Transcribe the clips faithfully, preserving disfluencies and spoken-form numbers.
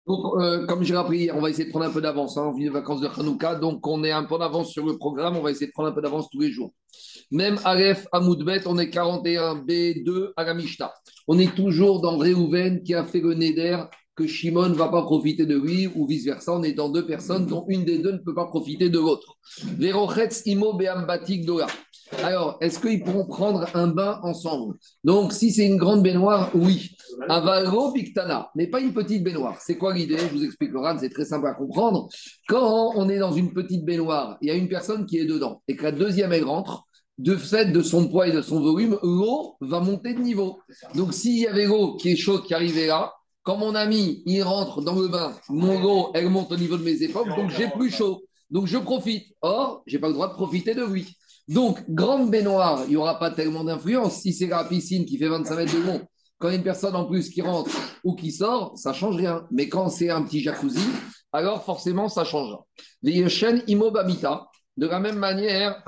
Donc, euh, comme j'ai rappris hier, on va essayer de prendre un peu d'avance. Hein, on vit les vacances de Hanouka, donc on est un peu en avance sur le programme. On va essayer de prendre un peu d'avance tous les jours. Même Aleph Amoudbet, on est quarante et un B deux à la Mishnah. On est toujours dans Réhouven qui a fait le Neder que Shimon ne va pas profiter de lui ou vice-versa. On est dans deux personnes dont une des deux ne peut pas profiter de l'autre. Verochetz Imo Beam Batik Dola. Alors, est-ce qu'ils pourront prendre un bain ensemble? Donc, si c'est une grande baignoire, oui. Avalo Piktana, mais pas une petite baignoire. C'est quoi l'idée? Je vous explique, Laurent, c'est très simple à comprendre. Quand on est dans une petite baignoire, il y a une personne qui est dedans et que la deuxième, elle rentre, de fait de son poids et de son volume, l'eau va monter de niveau. Donc, s'il y avait l'eau qui est chaude qui arrivait là, quand mon ami, il rentre dans le bain, mon eau, elle monte au niveau de mes épaules, donc j'ai plus chaud. Donc, je profite. Or, je n'ai pas le droit de profiter de lui. Donc, grande baignoire, il n'y aura pas tellement d'influence. Si c'est la piscine qui fait vingt-cinq mètres de long, quand il y a une personne en plus qui rentre ou qui sort, ça ne change rien. Mais quand c'est un petit jacuzzi, alors forcément, ça change. Les chaînes Imobamita, de la même manière,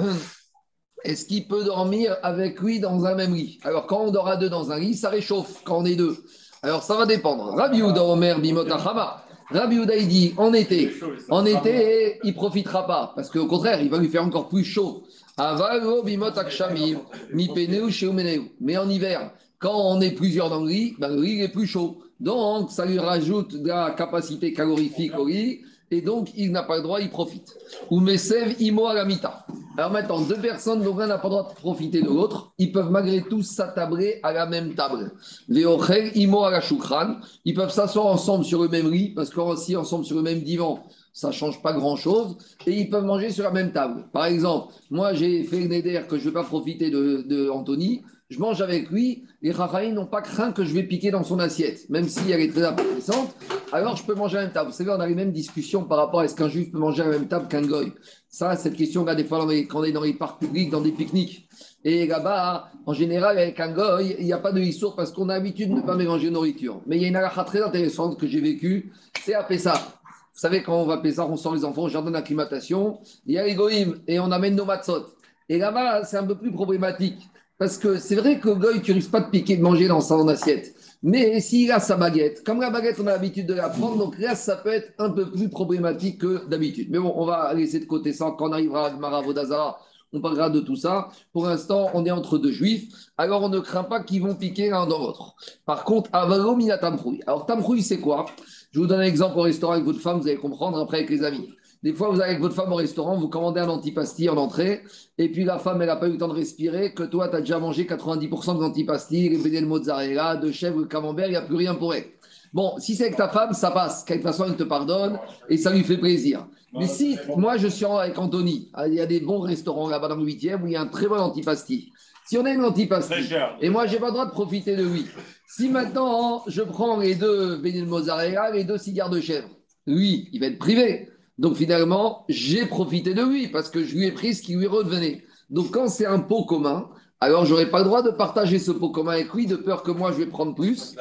est-ce qu'il peut dormir avec lui dans un même lit? Alors, quand on dort à deux dans un lit, ça réchauffe quand on est deux. Alors, ça va dépendre. Rabbi Yehuda Omer Bimotachama. Rabbi Yehuda, il dit en été. En été, il ne profitera pas. Parce qu'au contraire, il va lui faire encore plus chaud. Avalo Bimotakshamim, Mipeneu Sheumeneu. Mais en hiver, quand on est plusieurs dans le lit, ben, le lit est plus chaud. Donc, ça lui rajoute de la capacité calorifique au lit. Et donc, il n'a pas le droit, il profite. Ou Mesev Imo Alamita. Alors maintenant, deux personnes dont l'un n'a pas le droit de profiter de l'autre, ils peuvent malgré tout s'attabler à la même table. Veochel, imo à la choukran, ils peuvent s'asseoir ensemble sur le même lit, parce qu'aussi ensemble sur le même divan, ça ne change pas grand-chose, et ils peuvent manger sur la même table. Par exemple, moi j'ai fait le neder que je ne vais pas profiter de, de Anthony, je mange avec lui, les Rachaïs n'ont pas craint que je vais piquer dans son assiette, même si elle est très appétissante, alors je peux manger à la même table. Vous savez, on a les mêmes discussions par rapport à est-ce qu'un juif peut manger à la même table qu'un goy. Ça, cette question, là, des fois, quand on est dans les parcs publics, dans des pique-niques, et là-bas, en général, avec un goy, il n'y a pas de histoire parce qu'on a l'habitude de ne pas mélanger de nourriture. Mais il y a une halakha très intéressante que j'ai vécue, c'est à Pessah. Vous savez, quand on va à Pessah, on sort les enfants au jardin d'acclimatation, il y a les goïms et on amène nos matzot. Et là-bas, c'est un peu plus problématique. Parce que c'est vrai que le goy, tu risques pas de piquer, de manger dans son assiette. Mais s'il a sa baguette, comme la baguette, on a l'habitude de la prendre, donc là, ça peut être un peu plus problématique que d'habitude. Mais bon, on va laisser de côté ça. Quand on arrivera à Gemara Vodazara, on parlera de tout ça. Pour l'instant, on est entre deux juifs, alors on ne craint pas qu'ils vont piquer l'un dans l'autre. Par contre, Avalo Mina Tamchoui. Alors, Tamchoui, c'est quoi? Je vous donne un exemple au restaurant avec votre femme, vous allez comprendre après avec les amis. Des fois, vous allez avec votre femme au restaurant, vous commandez un antipasti en entrée, et puis la femme, elle n'a pas eu le temps de respirer, que toi, tu as déjà mangé quatre-vingt-dix pour cent de l'antipasti, les beignets de mozzarella, de chèvre, de camembert, il n'y a plus rien pour elle. Bon, si c'est avec ta femme, ça passe. De toute façon, elle te pardonne et ça lui fait plaisir. Mais si, moi, je suis avec Anthony, il y a des bons restaurants là-bas dans le huitième où il y a un très bon antipasti. Si on a une antipasti, et moi, j'ai pas le droit de profiter de lui. Si maintenant, je prends les deux beignets de mozzarella, les deux cigares de chèvre, lui, il va être privé. Donc finalement, j'ai profité de lui parce que je lui ai pris ce qui lui revenait. Donc quand c'est un pot commun, alors j'aurais pas le droit de partager ce pot commun avec lui de peur que moi je vais prendre plus.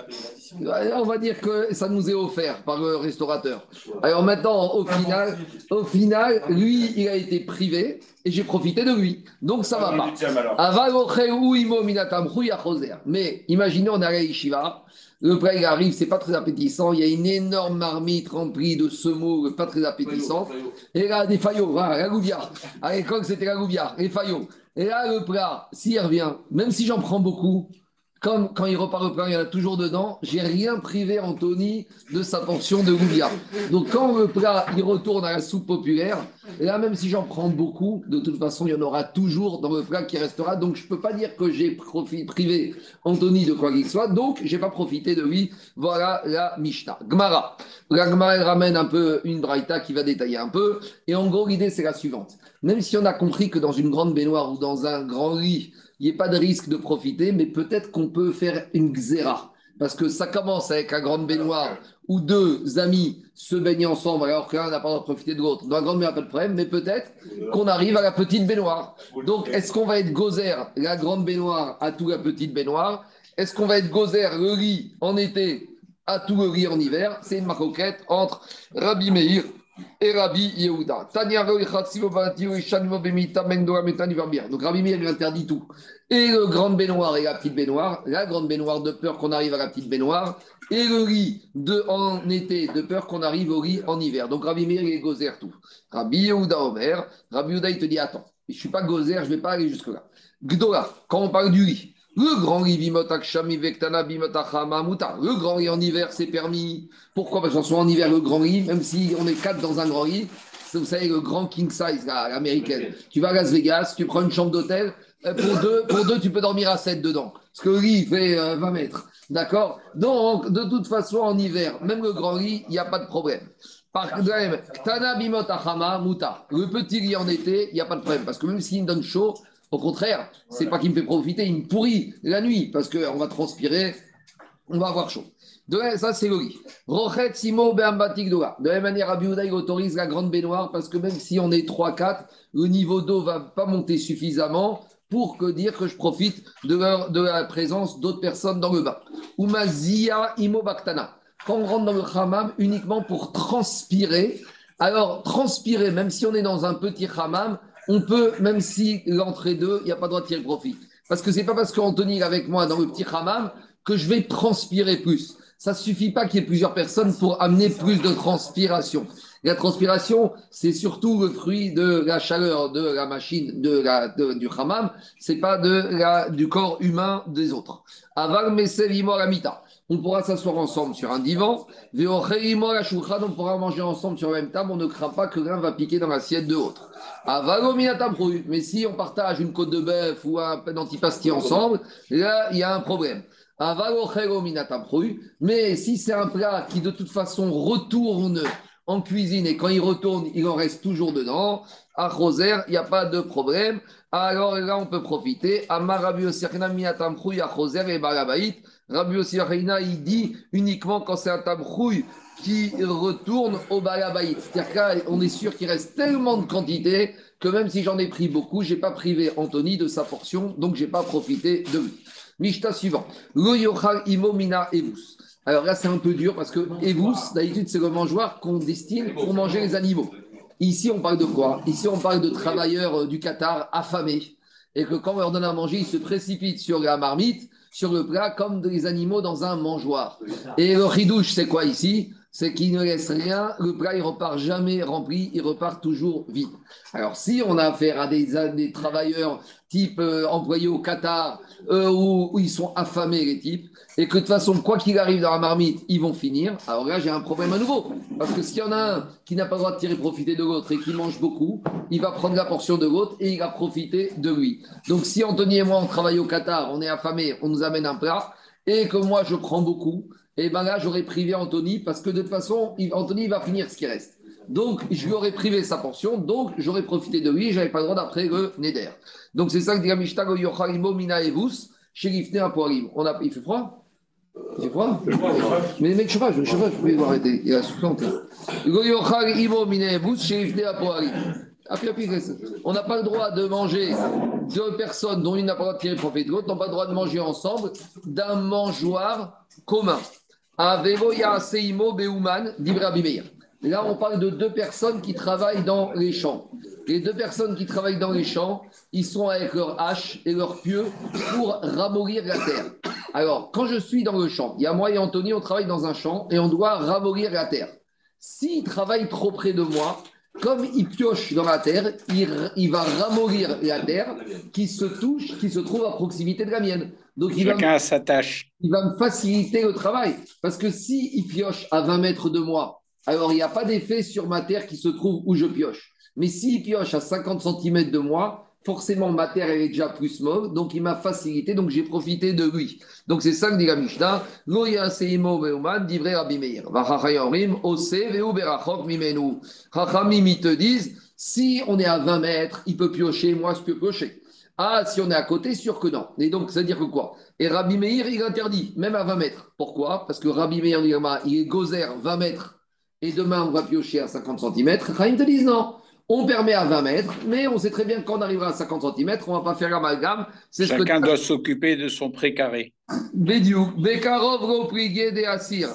On va dire que ça nous est offert par le restaurateur. Alors maintenant, au final, au final, lui, il a été privé et j'ai profité de lui. Donc ça va pas. Mais imaginez, on est à la yeshiva, le plat il arrive, c'est pas très appétissant, il y a une énorme marmite remplie de semoule, pas très appétissant. Et là, des faillots, voilà, la goubia. À l'époque, c'était la goubia, les faillots. Et là, le plat, s'il revient, même si j'en prends beaucoup, comme quand il repart le plat, il y en a toujours dedans, j'ai rien privé Anthony de sa portion de goubia. Donc quand le plat, il retourne à la soupe populaire, et là, même si j'en prends beaucoup, de toute façon, il y en aura toujours dans le plat qui restera. Donc, je ne peux pas dire que j'ai profi- privé Anthony de quoi qu'il soit. Donc, je n'ai pas profité de lui. Voilà la Mishnah. Gmara. La Gmara, elle ramène un peu une braïta qui va détailler un peu. Et en gros, l'idée, c'est la suivante. Même si on a compris que dans une grande baignoire ou dans un grand lit, il n'y ait pas de risque de profiter, mais peut-être qu'on peut faire une xéra. Parce que ça commence avec la grande baignoire où deux amis se baignent ensemble alors qu'un n'a pas le droit de profiter de l'autre. Dans la grande baignoire, pas de problème, mais peut-être qu'on arrive à la petite baignoire. Donc, est-ce qu'on va être gozer la grande baignoire à tout la petite baignoire? Est-ce qu'on va être gozer le lit en été à tout le lit en hiver? C'est une maroquette entre Rabbi Meir et Rabbi Yehuda. Tania Donc Rabbi Meir lui interdit tout. Et le grande baignoire et la petite baignoire. La grande baignoire, de peur qu'on arrive à la petite baignoire, et le riz de, en été, de peur qu'on arrive au riz en hiver. Donc Rabbi Meir, il est gozer tout. Rabbi Yehuda Omer, Rabbi Yehuda, il te dit attends, je ne suis pas gozer, je ne vais pas aller jusque-là. Gdola, quand on parle du riz, le grand riz bimotak shami vektana bimotachama muta. Le grand riz en hiver, c'est permis. Pourquoi? Parce qu'en soit en hiver, le grand riz, même si on est quatre dans un grand riz, c'est, vous savez, le grand king size, là, l'américaine. Tu vas à Las Vegas, tu prends une chambre d'hôtel, euh, pour deux, pour deux, tu peux dormir à sept dedans. Parce que le riz, il fait euh, vingt mètres. D'accord? Donc, de toute façon, en hiver, même le grand riz, il n'y a pas de problème. Par contre, Ktana bimot achama muta. Le petit riz en été, il n'y a pas de problème. Parce que même s'il me donne chaud, au contraire, c'est pas qu'il me fait profiter, il me pourrit la nuit. Parce qu'on va transpirer, on va avoir chaud. De là, ça, c'est le riz. Rochet simo beambatik doa. De la même manière, Rabbi Yehuda, il autorise la grande baignoire parce que même si on est trois quatre, le niveau d'eau ne va pas monter suffisamment pour que dire que je profite de, leur, de la présence d'autres personnes dans le bain. Umazia imo baktana. Quand on rentre dans le hammam uniquement pour transpirer, alors transpirer, même si on est dans un petit hammam, on peut, même si l'entrée d'eux, il n'y a pas le droit de tirer profit. Parce que c'est pas parce qu'Anthony est avec moi dans le petit hammam que je vais transpirer plus. Ça ne suffit pas qu'il y ait plusieurs personnes pour amener plus de transpiration. La transpiration, c'est surtout le fruit de la chaleur de la machine, de la, de, du hammam, c'est pas de la, du corps humain des autres. Aval mesevimo lamita. On pourra s'asseoir ensemble sur un divan. Veocheimo la shulchan, on pourra manger ensemble sur la même table. On ne craint pas que l'un va piquer dans l'assiette de l'autre. Avalominatabru. Mais si on partage une côte de bœuf ou un antipasti ensemble, là, il y a un problème. Mais si c'est un plat qui de toute façon retourne en cuisine et quand il retourne, il en reste toujours dedans, à Roser, il n'y a pas de problème. Alors là, on peut profiter. Amar Rabbi Yossi miatamchouy à Roser et Barabaït. Rabbi Yossi il dit uniquement quand c'est un tamchouy qui retourne au Barabaït. C'est-à-dire qu'on est sûr qu'il reste tellement de quantité que même si j'en ai pris beaucoup, je n'ai pas privé Anthony de sa portion, donc je n'ai pas profité de lui. Mishta suivant. Lo yochal imo mina evus. Alors là, c'est un peu dur parce que evus, d'habitude, c'est le mangeoire qu'on destine pour manger les animaux. Ici, on parle de quoi? Ici, on parle de travailleurs du Qatar affamés. Et que quand on leur donne à manger, ils se précipitent sur la marmite, sur le plat, comme des animaux dans un mangeoire. Et le ridouche, c'est quoi ici? C'est qu'il ne laisse rien, le plat, il repart jamais rempli, il repart toujours vide. Alors, si on a affaire à des, à des travailleurs type euh, employés au Qatar, euh, où, où ils sont affamés, les types, et que de toute façon, quoi qu'il arrive dans la marmite, ils vont finir, alors là, j'ai un problème à nouveau. Parce que s'il y en a un qui n'a pas le droit de tirer profiter de l'autre et qui mange beaucoup, il va prendre la portion de l'autre et il va profiter de lui. Donc, si Anthony et moi, on travaille au Qatar, on est affamés, on nous amène un plat, et que moi, je prends beaucoup, et bien là, j'aurais privé Anthony, parce que de toute façon, il, Anthony va finir ce qui reste. Donc, je lui aurais privé sa portion, donc j'aurais profité de lui, je n'avais pas le droit d'après le Neder. Donc, c'est ça que dit la Mishnah, Yocharimo Mina Evus, Shérifne Apoarim. On a... Il fait froid? Il fait froid? Mais les mecs, chauffage, le chauffage, vous pouvez voir arrêter, il a soufflante. Yocharimo Mina Evus, Shérifne Apoarim. Après, après, on n'a pas le droit de manger deux personnes dont une n'a pas le droit de tirer profit de l'autre, n'ont pas le droit de manger ensemble d'un mangeoire commun. Avevoya Seimo Beuman, d'Ibra Bimeir. Là, on parle de deux personnes qui travaillent dans les champs. Les deux personnes qui travaillent dans les champs, ils sont avec leur hache et leur pieu pour ramollir la terre. Alors, quand je suis dans le champ, il y a moi et Anthony, on travaille dans un champ et on doit ramollir la terre. S'il travaille trop près de moi, comme il pioche dans la terre, il, il va ramollir la terre qui se touche, qui se trouve à proximité de la mienne. Donc, il Chacun va me, a sa tâche. il va me faciliter le travail. Parce que s'il pioche à vingt mètres de moi, alors il n'y a pas d'effet sur ma terre qui se trouve où je pioche. Mais s'il pioche à cinquante centimètres de moi, forcément ma terre elle est déjà plus molle, donc il m'a facilité, donc j'ai profité de lui. Donc c'est ça que dit la Mishnah. Loya seimo veuman divrei Rabbi Meir. Vachachayorim ose veu berachok mimenu. Chachamim ils te disent, si on est à vingt mètres, il peut piocher, moi je peux piocher. Ah, si on est à côté, sûr que non. Et donc, ça veut dire que quoi? Et Rabbi Meir, il interdit, même à vingt mètres. Pourquoi? Parce que Rabbi Meir, il est gozer vingt mètres et demain on va piocher à cinquante centimètres. Ils te disent non. On permet à vingt mètres, mais on sait très bien que quand on arrivera à cinquante centimètres, on ne va pas faire l'amalgame. C'est ce que Chacun doit s'occuper de son précaré. Bédiou, Bekarov, Roprigué, des Assir.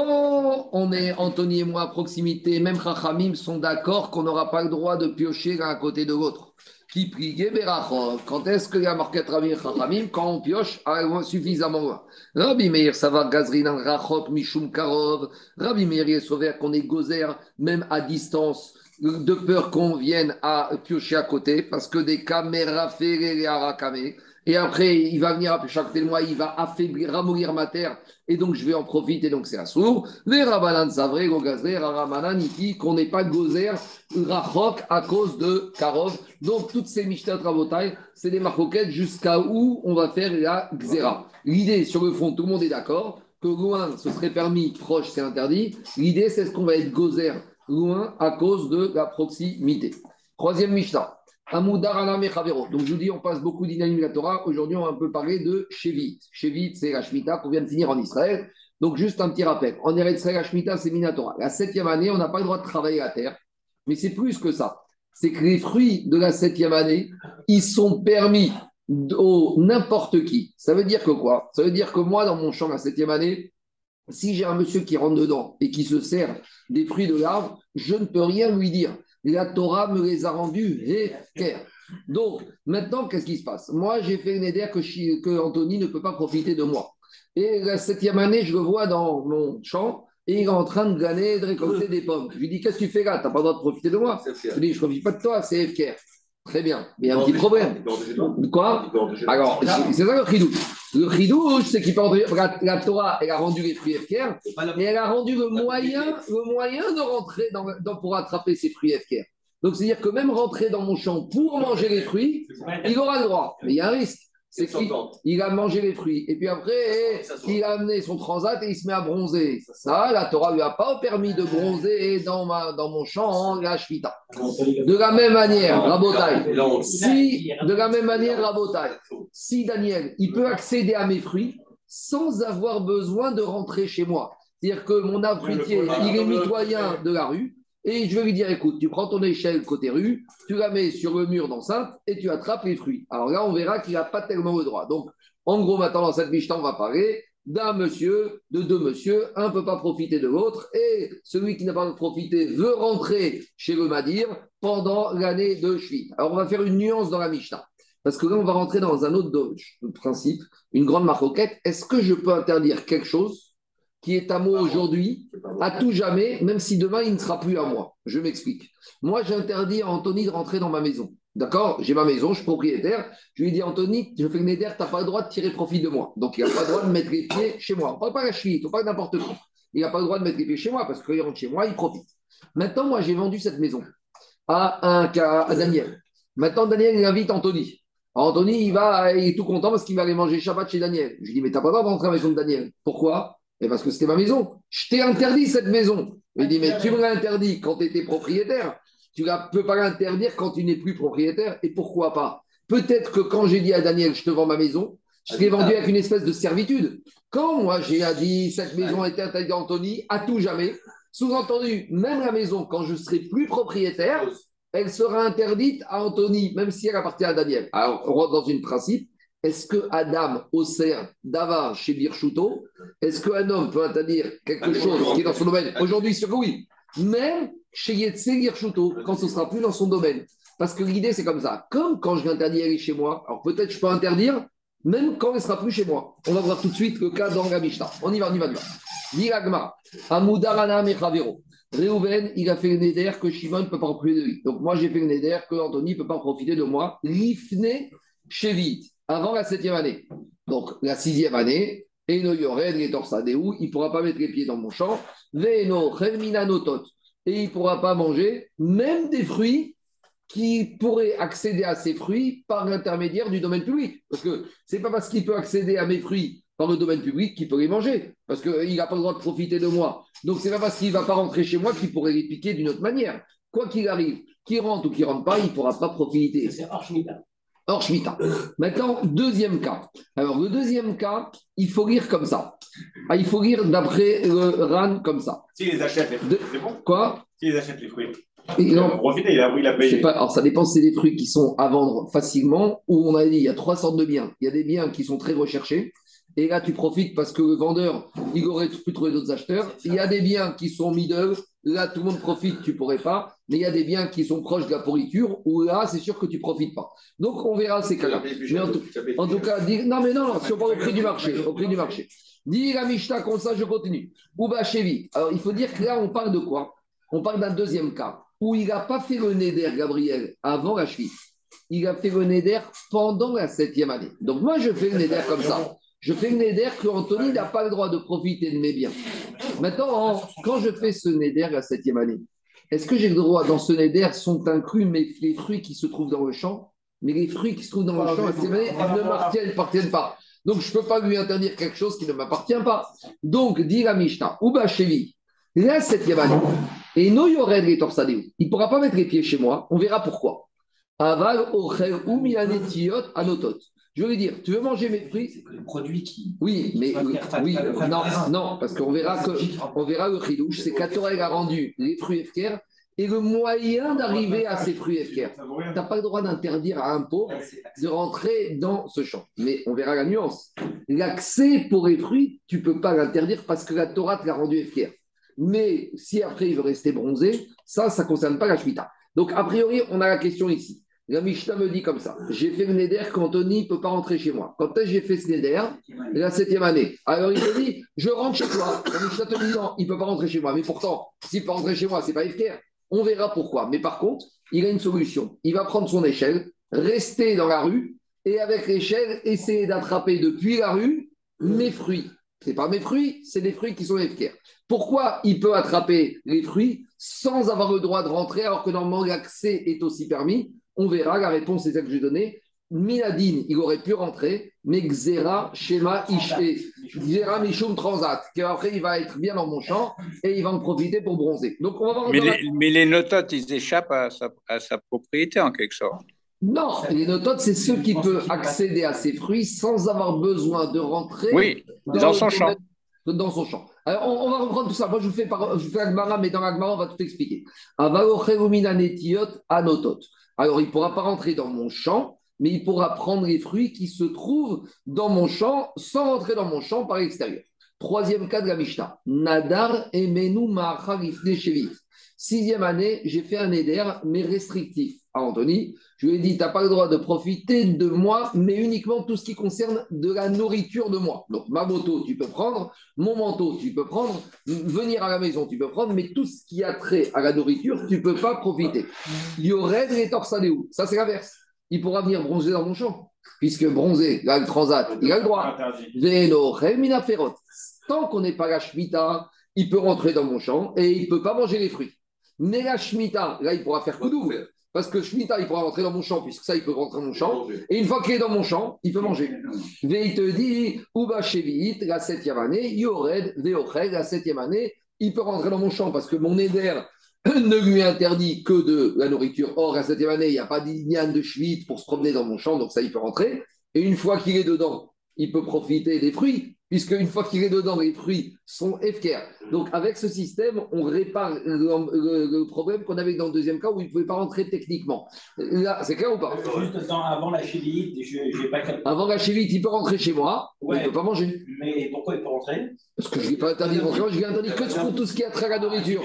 Quand on est, Anthony et moi, à proximité, même Chachamim sont d'accord qu'on n'aura pas le droit de piocher l'un à côté de l'autre. Qui prie Berachov. Quand est-ce qu'il y a marqué Rabbi Chachamim? Quand on pioche ah, suffisamment loin. Rabbi Meir, ça va Gazrinan Rachok Mishum Karov. Rabbi Meir est sauvé qu'on est gozer, même à distance, de peur qu'on vienne à piocher à côté, parce que des caméras ferrées à Rakame. Et après, il va venir à piocher à côté de moi, il va affaiblir, ramollir ma terre, et donc je vais en profiter, donc c'est assourd. Les Rabanan Savre, Gogazre, Ramanan, Niki, qu'on n'est pas gozer, Rachok à cause de Karov. Donc, toutes ces Mishnah Rabotai, c'est des marcoquettes jusqu'à où on va faire la Xéra. L'idée, sur le fond, tout le monde est d'accord que loin, ce serait permis, proche, c'est interdit. L'idée, c'est ce qu'on va être gozer loin à cause de la proximité. Troisième Mishnah. Amoudarana Mechavero. Donc, je vous dis, on passe beaucoup d'inanimés de la Torah. Aujourd'hui, on va un peu parler de Shevit. Shevit, c'est la Shemitah qu'on vient de finir en Israël. Donc, juste un petit rappel. En Eretz Israël, la Shemitah, c'est Minatora. La septième année, on n'a pas le droit de travailler la terre. Mais c'est plus que ça. C'est que les fruits de la septième année, ils sont permis au n'importe qui. Ça veut dire que quoi? Ça veut dire que moi, dans mon champ, la septième année, si j'ai un monsieur qui rentre dedans et qui se sert des fruits de l'arbre, je ne peux rien lui dire. La Torah me les a rendus hefker. Donc, maintenant, qu'est-ce qui se passe? Moi, j'ai fait une idée que, que Anthony ne peut pas profiter de moi. Et la septième année, je le vois dans mon champ. Et il est en train de glaner, de récolter des pommes. Je lui dis, qu'est-ce que tu fais là? Tu n'as pas le droit de profiter de moi. Je lui dis, je ne profite pas de toi, c'est F K R. Très bien. Mais il y a un petit problème. Quoi? Alors, c'est ça le chidouche. Le chidouche, c'est qu'il peut entrer. La, la Torah, elle a rendu les fruits F K R, et elle a rendu le moyen, le moyen de rentrer dans, dans, pour attraper ces fruits F K R. Donc, c'est-à-dire que même rentrer dans mon champ pour manger les fruits, il aura le droit. Mais il y a un risque. C'est qu'il il a mangé les fruits. Et puis après, il a amené son transat et il se met à bronzer. Ça, la Torah ne lui a pas permis de bronzer dans, ma, dans mon champ en la Shemitah. De la même manière, Rabotai, si, de la même manière, Rabotai, si Daniel, il peut accéder à mes fruits sans avoir besoin de rentrer chez moi. C'est-à-dire que mon arbre fruitier, il est mitoyen de la rue. Et je vais lui dire, écoute, tu prends ton échelle côté rue, tu la mets sur le mur d'enceinte et tu attrapes les fruits. Alors là, on verra qu'il n'a pas tellement le droit. Donc, en gros, maintenant, dans cette Mishnah, on va parler d'un monsieur, de deux monsieur, un ne peut pas profiter de l'autre, et celui qui n'a pas profité veut rentrer chez le Madir pendant l'année de Shvit. Alors, on va faire une nuance dans la Mishnah. Parce que là, on va rentrer dans un autre principe, une grande marcoquette. Est-ce que je peux interdire quelque chose qui est à moi aujourd'hui, à tout jamais, même si demain il ne sera plus à moi? Je m'explique. Moi, j'interdis à Anthony de rentrer dans ma maison. D'accord? J'ai ma maison, je suis propriétaire. Je lui dis, Anthony, je fais une éder, tu n'as pas le droit de tirer profit de moi. Donc, il n'a pas le droit de mettre les pieds chez moi. On ne parle pas de la cheville, on ne parle pas n'importe quoi. Il n'a pas le droit de mettre les pieds chez moi parce qu'il rentre chez moi, il profite. Maintenant, moi, j'ai vendu cette maison à, un, à Daniel. Maintenant, Daniel, il invite Anthony. Alors, Anthony, il, va, il est tout content parce qu'il va aller manger Shabbat chez Daniel. Je lui dis, mais tu n'as pas le droit de rentrer à la maison de Daniel. Pourquoi? Et parce que c'était ma maison. Je t'ai interdit cette maison. Il dit, mais tu me l'as interdit quand tu étais propriétaire. Tu ne peux pas l'interdire quand tu n'es plus propriétaire. Et pourquoi pas? Peut-être que quand j'ai dit à Daniel, je te vends ma maison, je l'ai vendue avec une espèce de servitude. Quand moi j'ai dit, cette maison était interdite à Anthony, à tout jamais, sous-entendu, même la maison, quand je serai plus propriétaire, elle sera interdite à Anthony, même si elle appartient à Daniel. Alors, on rentre dans un principe. Est-ce que Adam, Osser, Davar, chez Birchuto, est-ce qu'un homme peut interdire quelque chose qui est dans son domaine? Aujourd'hui, sûr que oui. Même chez Yetse Birchuto, quand ce ne sera plus dans son domaine. Parce que l'idée, c'est comme ça. Comme quand je l'interdis, elle est chez moi, alors peut-être je peux interdire, même quand elle ne sera plus chez moi. On va voir tout de suite le cas dans la Mishnah. On y va, on y va, on y va. Diragma, Amoudarana Mechavero. Réhouven, il a fait une éder que Shimon ne peut pas profiter de lui. Donc moi, j'ai fait une éder que Anthony ne peut pas profiter de moi. Rifne Shevit. Avant la septième année. Donc, la sixième année, Eno Yored, les Torsadéou, il ne pourra pas mettre les pieds dans mon champ. Veno, Notot. Et il ne pourra pas manger même des fruits qui pourraient accéder à ces fruits par l'intermédiaire du domaine public. Parce que ce n'est pas parce qu'il peut accéder à mes fruits par le domaine public qu'il peut les manger. Parce qu'il n'a pas le droit de profiter de moi. Donc, ce n'est pas parce qu'il ne va pas rentrer chez moi qu'il pourrait les piquer d'une autre manière. Quoi qu'il arrive, qu'il rentre ou qu'il ne rentre pas, il ne pourra pas profiter. C'est hors Shemitah. Hors Shemitah. Maintenant, deuxième cas. Alors, le deuxième cas, il faut lire comme ça. Ah, il faut lire d'après le RAN comme ça. S'ils les achètent, les fruits, De... c'est bon. Quoi? S'ils achètent les fruits. Il va profiter, il a, il a payé. Pas, alors, ça dépend si c'est des fruits qui sont à vendre facilement ou on a dit il y a trois sortes de biens. Il y a des biens qui sont très recherchés. Et là, tu profites parce que le vendeur, il aurait pu trouver d'autres acheteurs. Il y a des biens qui sont middle, là, tout le monde profite, tu ne pourrais pas. Mais il y a des biens qui sont proches de la pourriture, où là, c'est sûr que tu ne profites pas. Donc, on verra ces cas-là. Mais en tout, en tout cas, dis, non, mais non, non, si on parle au prix du marché, au prix du marché. Dis la Mishnah, comme ça, je continue. Ouba Chevi. Alors, il faut dire que là, on parle de quoi? On parle d'un deuxième cas, où il n'a pas fait le Neder, Gabriel, avant la cheville. Il a fait le Neder pendant la septième année. Donc, moi, je fais le Neder comme ça. Je fais le Neder qu'Anthony n'a pas le droit de profiter de mes biens. Maintenant, quand je fais ce Neder la septième année, est-ce que j'ai le droit, dans ce Neder, sont inclus mes, les fruits qui se trouvent dans le champ? Mais les fruits qui se trouvent dans le champ, la septième année, ne m'appartiennent pas. Donc, je ne peux pas lui interdire quelque chose qui ne m'appartient pas. Donc, dit la Mishnah, Ouba Chevi, la septième année, et no yored les torsadéou, il ne pourra pas mettre les pieds chez moi, on verra pourquoi. Aval ochel ou milanetiot anotot. Je veux dire, tu veux manger mes fruits? C'est que les produits qui. Oui, mais oui, oui, non, non, parce qu'on verra que on verra le chidouche, c'est qu'Atora a rendu les fruits F K R et le moyen d'arriver à ces fruits F K R. Tu n'as pas le droit d'interdire à un pauvre de rentrer dans ce champ. Mais on verra la nuance. L'accès pour les fruits, tu ne peux pas l'interdire parce que la Torah te l'a rendu F K R. Mais si après il veut rester bronzé, ça, ça ne concerne pas la Shemitah. Donc, a priori, on a la question ici. La Mishnah me dit comme ça. J'ai fait le Neder qu'Anthony ne peut pas rentrer chez moi. Quand est-ce que j'ai fait ce Neder? La septième année. Alors il te dit, je rentre chez toi. La Mishnah te dit non, il ne peut pas rentrer chez moi. Mais pourtant, s'il peut rentrer chez moi, ce n'est pas F K R. On verra pourquoi. Mais par contre, il a une solution. Il va prendre son échelle, rester dans la rue et avec l'échelle, essayer d'attraper depuis la rue mes fruits. Ce n'est pas mes fruits, c'est des fruits qui sont F K R. Pourquoi il peut attraper les fruits sans avoir le droit de rentrer alors que normalement l'accès est aussi permis? On verra, la réponse est celle que j'ai donnée. Minadine, il aurait pu rentrer, mais Xera, Shema, Ishé, Xera, Mishum, Transat, qu'après il va être bien dans mon champ et il va en profiter pour bronzer. Donc on va voir. Mais, la... les, mais les nototes, ils échappent à sa, à sa propriété en quelque sorte. Non, les nototes, c'est ceux qui peuvent accéder à ces fruits sans avoir besoin de rentrer oui, dans, dans son champ. Dans son champ. Alors, on, on va reprendre tout ça. Moi, je vous fais, par, je vous fais Agmara, mais dans Agmara, on va tout expliquer. Anotot. Alors, il ne pourra pas rentrer dans mon champ, mais il pourra prendre les fruits qui se trouvent dans mon champ sans rentrer dans mon champ par l'extérieur. Troisième cas de la Mishnah. Nadar emenu ma'acharifne shevit. Sixième année, j'ai fait un éder, mais restrictif. À Anthony, je lui ai dit, tu n'as pas le droit de profiter de moi, mais uniquement tout ce qui concerne de la nourriture de moi. Donc, ma moto, tu peux prendre, mon manteau, tu peux prendre, venir à la maison, tu peux prendre, mais tout ce qui a trait à la nourriture, tu ne peux pas profiter. Il y aurait des torsadéou. Ça, c'est l'inverse. Il pourra venir bronzer dans mon champ, puisque bronzer, là, le transat, il a le droit. Tant qu'on n'est pas la Shemitah, il peut rentrer dans mon champ et il ne peut pas manger les fruits. Mais la Shemitah, là, il pourra faire coup d'ouvre. Parce que Shemitah, il pourra rentrer dans mon champ, puisque ça, il peut rentrer dans mon champ. Et une fois qu'il est dans mon champ, il peut manger. Et il te dit, Uba Shevit, la septième année, Yored, Veochel, la septième année, il peut rentrer dans mon champ, parce que mon éder ne lui interdit que de la nourriture. Or, la septième année, il n'y a pas d'Inyan de Shvit pour se promener dans mon champ, donc ça, il peut rentrer. Et une fois qu'il est dedans, il peut profiter des fruits, puisque une fois qu'il est dedans, les fruits sont F K R. Donc, avec ce système, on répare le, le, le problème qu'on avait dans le deuxième cas où il ne pouvait pas rentrer techniquement. Là, c'est clair ou pas? Juste dans, avant la chivite, je n'ai pas capté. Avant la chivite, il peut rentrer chez moi, ouais, mais il ne peut pas manger. Mais pourquoi il peut rentrer? Parce que je ne lui ai pas interdit de rentrer, je lui ai interdit que pour tout ce qui a trait à la nourriture.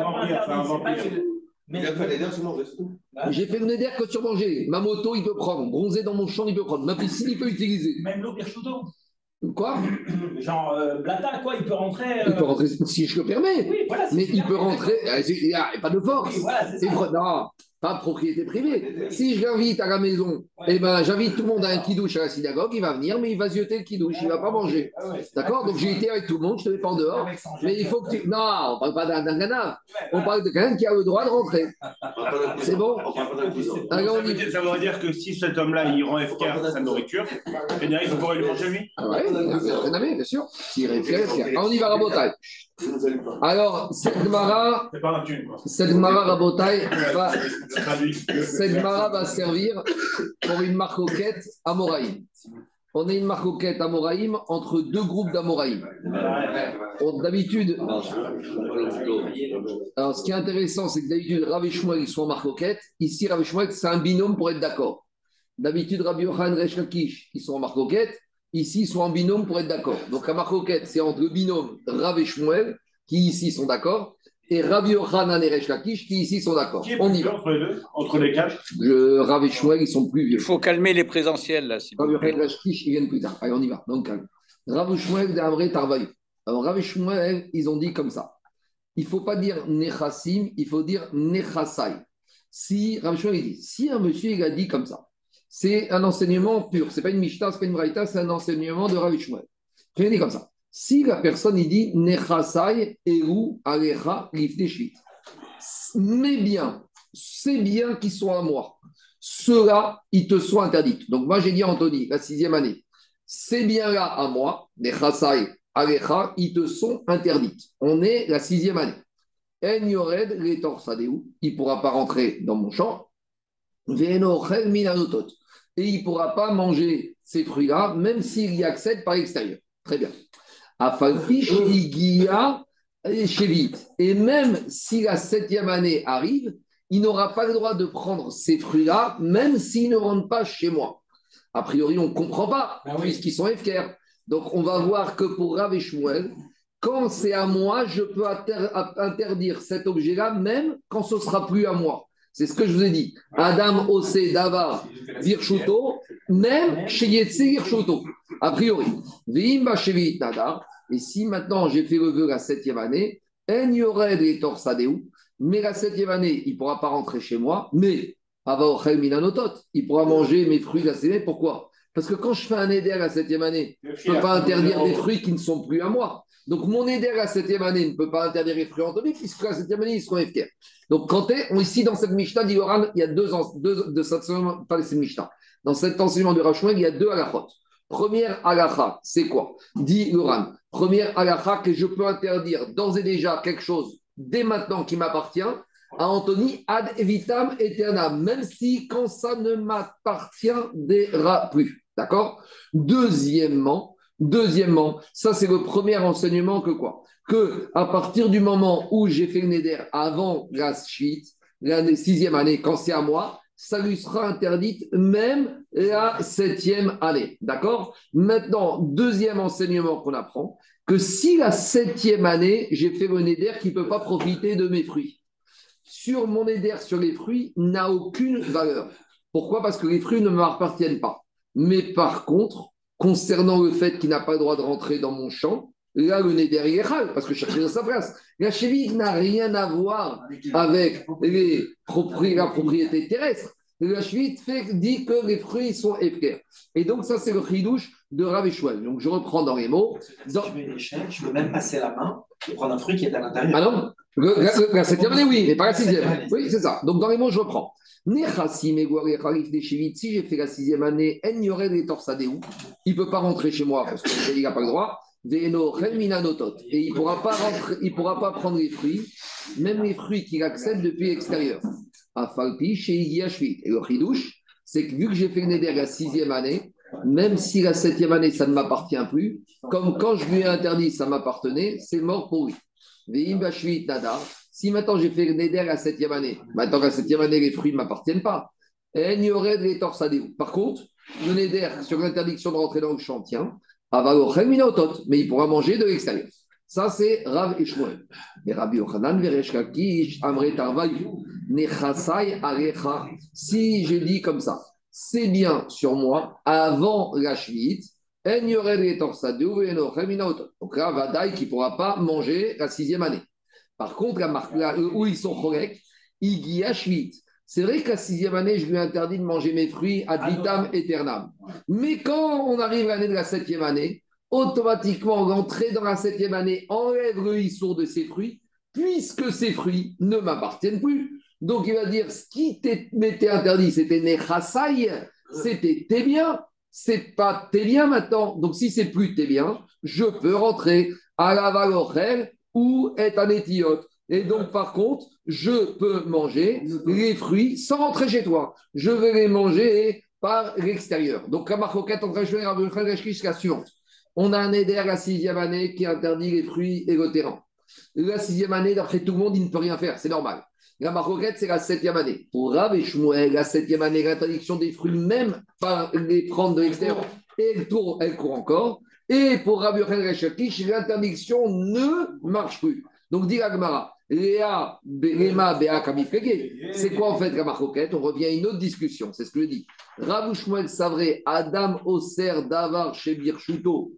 Mais j'ai fait le Neder que sur manger. Ma moto, il peut prendre. Bronzer dans mon champ, il peut prendre. Ma piscine, il peut utiliser. Même l'eau Birchoudo. Quoi? Genre euh, Blata, quoi, il peut rentrer. Euh... Il peut rentrer si je le permets. Oui, voilà, mais il peut rentrer. Il n'y a pas de force. Oui, voilà, c'est ça. Non, pas de propriété privée. Si je l'invite à la maison, ouais. eh ben, j'invite tout le monde à un kidouche à la synagogue, il va venir, mais il va zioter le kidouche, il ne va pas manger. Ah ouais, d'accord? Donc j'ai été avec tout le monde, je ne te mets pas en dehors. Mais il faut que tu. Non, on ne parle pas d'un gana. On parle de quelqu'un qui a le droit de rentrer. C'est bon? Alors, ça, veut, ça veut dire que si cet homme-là, il rend F K R sa nourriture, et derrière, il pourrait lui manger lui? Ah ouais, bien sûr. S'il réfère, on y va rabotaille. Alors, cette Mara, cette Mara rabotaille, va, cette Mara va servir pour une marcoquette à Moraïm. On a une marcoquette à Moraïm entre deux groupes d'Amoraïm. D'habitude, alors ce qui est intéressant, c'est que d'habitude, Rav et Shmuel, ils sont en marcoquette. Ici, Rav et Shmuel, c'est un binôme pour être d'accord. D'habitude, Rabbi Yochanan et Resh Lakish, ils sont en marcoquette. Ici, ils sont en binôme pour être d'accord. Donc, la marcoquette, c'est entre le binôme Rav et Shmuel, qui ici sont d'accord. et Rabbi Yochanan et Resh Lakish qui ici sont d'accord. Qui est On plus y vieux va. entre les deux, entre les quatre? Je, Rav et Shmuel, ils sont plus Il vieux. faut calmer les présentiels, là, s'il Rabbi vous plaît. Yochanan et Resh Lakish, ils viennent plus tard. Allez, on y va. Donc, calme. Rav et Shmuel de Amré Tarvaï. Alors, Rav et Shmuel, ils ont dit comme ça. Il ne faut pas dire Nechassim, il faut dire Nechasai. Si, Rav Shmuel, il dit, si un monsieur, il a dit comme ça, c'est un enseignement pur, ce n'est pas une Mishnah, ce n'est pas une Braïta, c'est un enseignement de Rav et Shmuel. Il dit comme ça. Si la personne, il dit Nechasai, Eru, Alecha, Lifne Shvit. Mes biens, ces biens qui sont à moi, ceux-là, ils te sont interdits. Donc, moi, j'ai dit à Anthony, la sixième année, ces biens-là à moi, les chassaï, alecha, ils te sont interdits. On est la sixième année. En yored, les torsadéou, il ne pourra pas rentrer dans mon champ. Venochel minanotot. Et il ne pourra pas manger ces fruits-là, même s'il y accède par l'extérieur. Très bien. Afalfish, igia, Chevit. Et même si la septième année arrive, il n'aura pas le droit de prendre ces fruits-là, même s'ils ne rentrent pas chez moi. A priori, on ne comprend pas, Ah oui. puisqu'ils sont efkers. Donc, on va voir que pour Rav et Shmuel, quand c'est à moi, je peux inter- interdire cet objet-là, même quand ce ne sera plus à moi. C'est ce que je vous ai dit. Adam, Osé, Davar, Virshuto, même chez Yetse, Virshuto. A priori. Vimba, Chevit, Nadar. Et si maintenant j'ai fait le vœu la septième année, en yored les torsadéou, mais la septième année, il ne pourra pas rentrer chez moi, mais avaochel minanotot, il pourra manger mes fruits la septième année. Pourquoi? Parce que quand je fais un éder la septième année, je ne peux pas interdire des fruits qui ne sont plus à moi. Donc mon éder la septième année ne peut pas interdire les fruits Anthony, puisque la septième année, ils seront F K. Donc quand est, on, ici dans cette Mishnah, dit Yoran, il y a deux, deux de cette pas cette Mishnah. Dans cet enseignement de Rachouin, il y a deux halachot. Première halacha, c'est quoi? Dit Yoran. Première halacha, que je peux interdire d'ores et déjà quelque chose dès maintenant qui m'appartient à Anthony ad evitam aeternam, même si quand ça ne m'appartiendra plus. D'accord? Deuxièmement, deuxièmement, ça c'est le premier enseignement que quoi? Que à partir du moment où j'ai fait le neder avant la shvit, la sixième année, quand c'est à moi, ça lui sera interdite même la septième année. D'accord? Maintenant, deuxième enseignement qu'on apprend, que si la septième année, j'ai fait le neder qui ne peut pas profiter de mes fruits, sur mon éder sur les fruits n'a aucune valeur. Pourquoi? Parce que les fruits ne m'appartiennent pas. Mais par contre, concernant le fait qu'il n'a pas le droit de rentrer dans mon champ, là, le neder il est hal, parce que je cherche dans sa place. La cheville n'a rien à voir avec les propri- la propriété terrestre. La cheville fait, dit que les fruits sont éphémères. Et donc, ça, c'est le chidouche de Rav et Shmuel. Donc, je reprends dans les mots. Dans... Si tu mets une échelle, je peux même passer la main et prendre un fruit qui est à l'intérieur. Ah non, le, la, la, la septième année, oui, mais pas la sixième. Oui, c'est ça. Donc, dans les mots, je reprends. Si j'ai fait la sixième année, il y aurait des torsadéou. Il ne peut pas rentrer chez moi parce qu'il n'a pas le droit. Et il ne pourra pas rentrer, il pourra pas prendre les fruits, même les fruits qu'il accepte depuis l'extérieur. Et le chidouche, c'est que vu que j'ai fait le neder la sixième année, même si la septième année, ça ne m'appartient plus, comme quand je lui ai interdit, ça m'appartenait, c'est mort pour lui. Si maintenant j'ai fait le neder la septième année, maintenant la septième année, les fruits ne m'appartiennent pas, il y aurait des torsadéou. Par contre, le neder sur l'interdiction de rentrer dans le champ, tiens, mais il pourra manger de l'extérieur. Ça, c'est Rav et Shmuel. Mais Rabbi Yochanan, Veresh Lakish, Amre Tarvaï, Nechasai Alecha. Si je dis comme ça, c'est bien sur moi, avant la Shvit, en yored les torsadou et nochem minaotot. Donc là, Vadaï qui ne pourra pas manger la sixième année. Par contre, la marque là, où ils sont corrects, Igi Shvit. C'est vrai que la sixième année, je lui ai interdit de manger mes fruits ad vitam aeternam. Mais quand on arrive à l'année de la septième année, automatiquement, l'entrée dans la septième année enlève le issour de ses fruits, puisque ces fruits ne m'appartiennent plus. Donc, il va dire, ce qui m'était interdit, c'était Nechasai, c'était tes biens, c'est pas tes biens maintenant. Donc, si c'est plus tes biens, je peux rentrer à la valochel ou être un étiote. Et donc, par contre, je peux manger les fruits sans rentrer chez toi. Je vais les manger par l'extérieur. Donc, la marcoquette entre les c'est la suivante. On a un éder la sixième année qui interdit les fruits et le terrain. La sixième année, d'après tout le monde, il ne peut rien faire, c'est normal. La marcoquette, c'est la septième année. Pour Rav et Shmuel, la septième année, l'interdiction des fruits, même par les prendre de l'extérieur, elle, tourne, elle court encore. Et pour Rabbi Yochanan Resh Lakish, l'interdiction ne marche plus. Donc, dit Agmara, Léa, Léma, Béa, Kamifrege. C'est quoi en fait la marcoquette? On revient à une autre discussion, c'est ce que je dis. Rav Shmuel Savré, Adam Oser, Davar, Shebir, Shuto.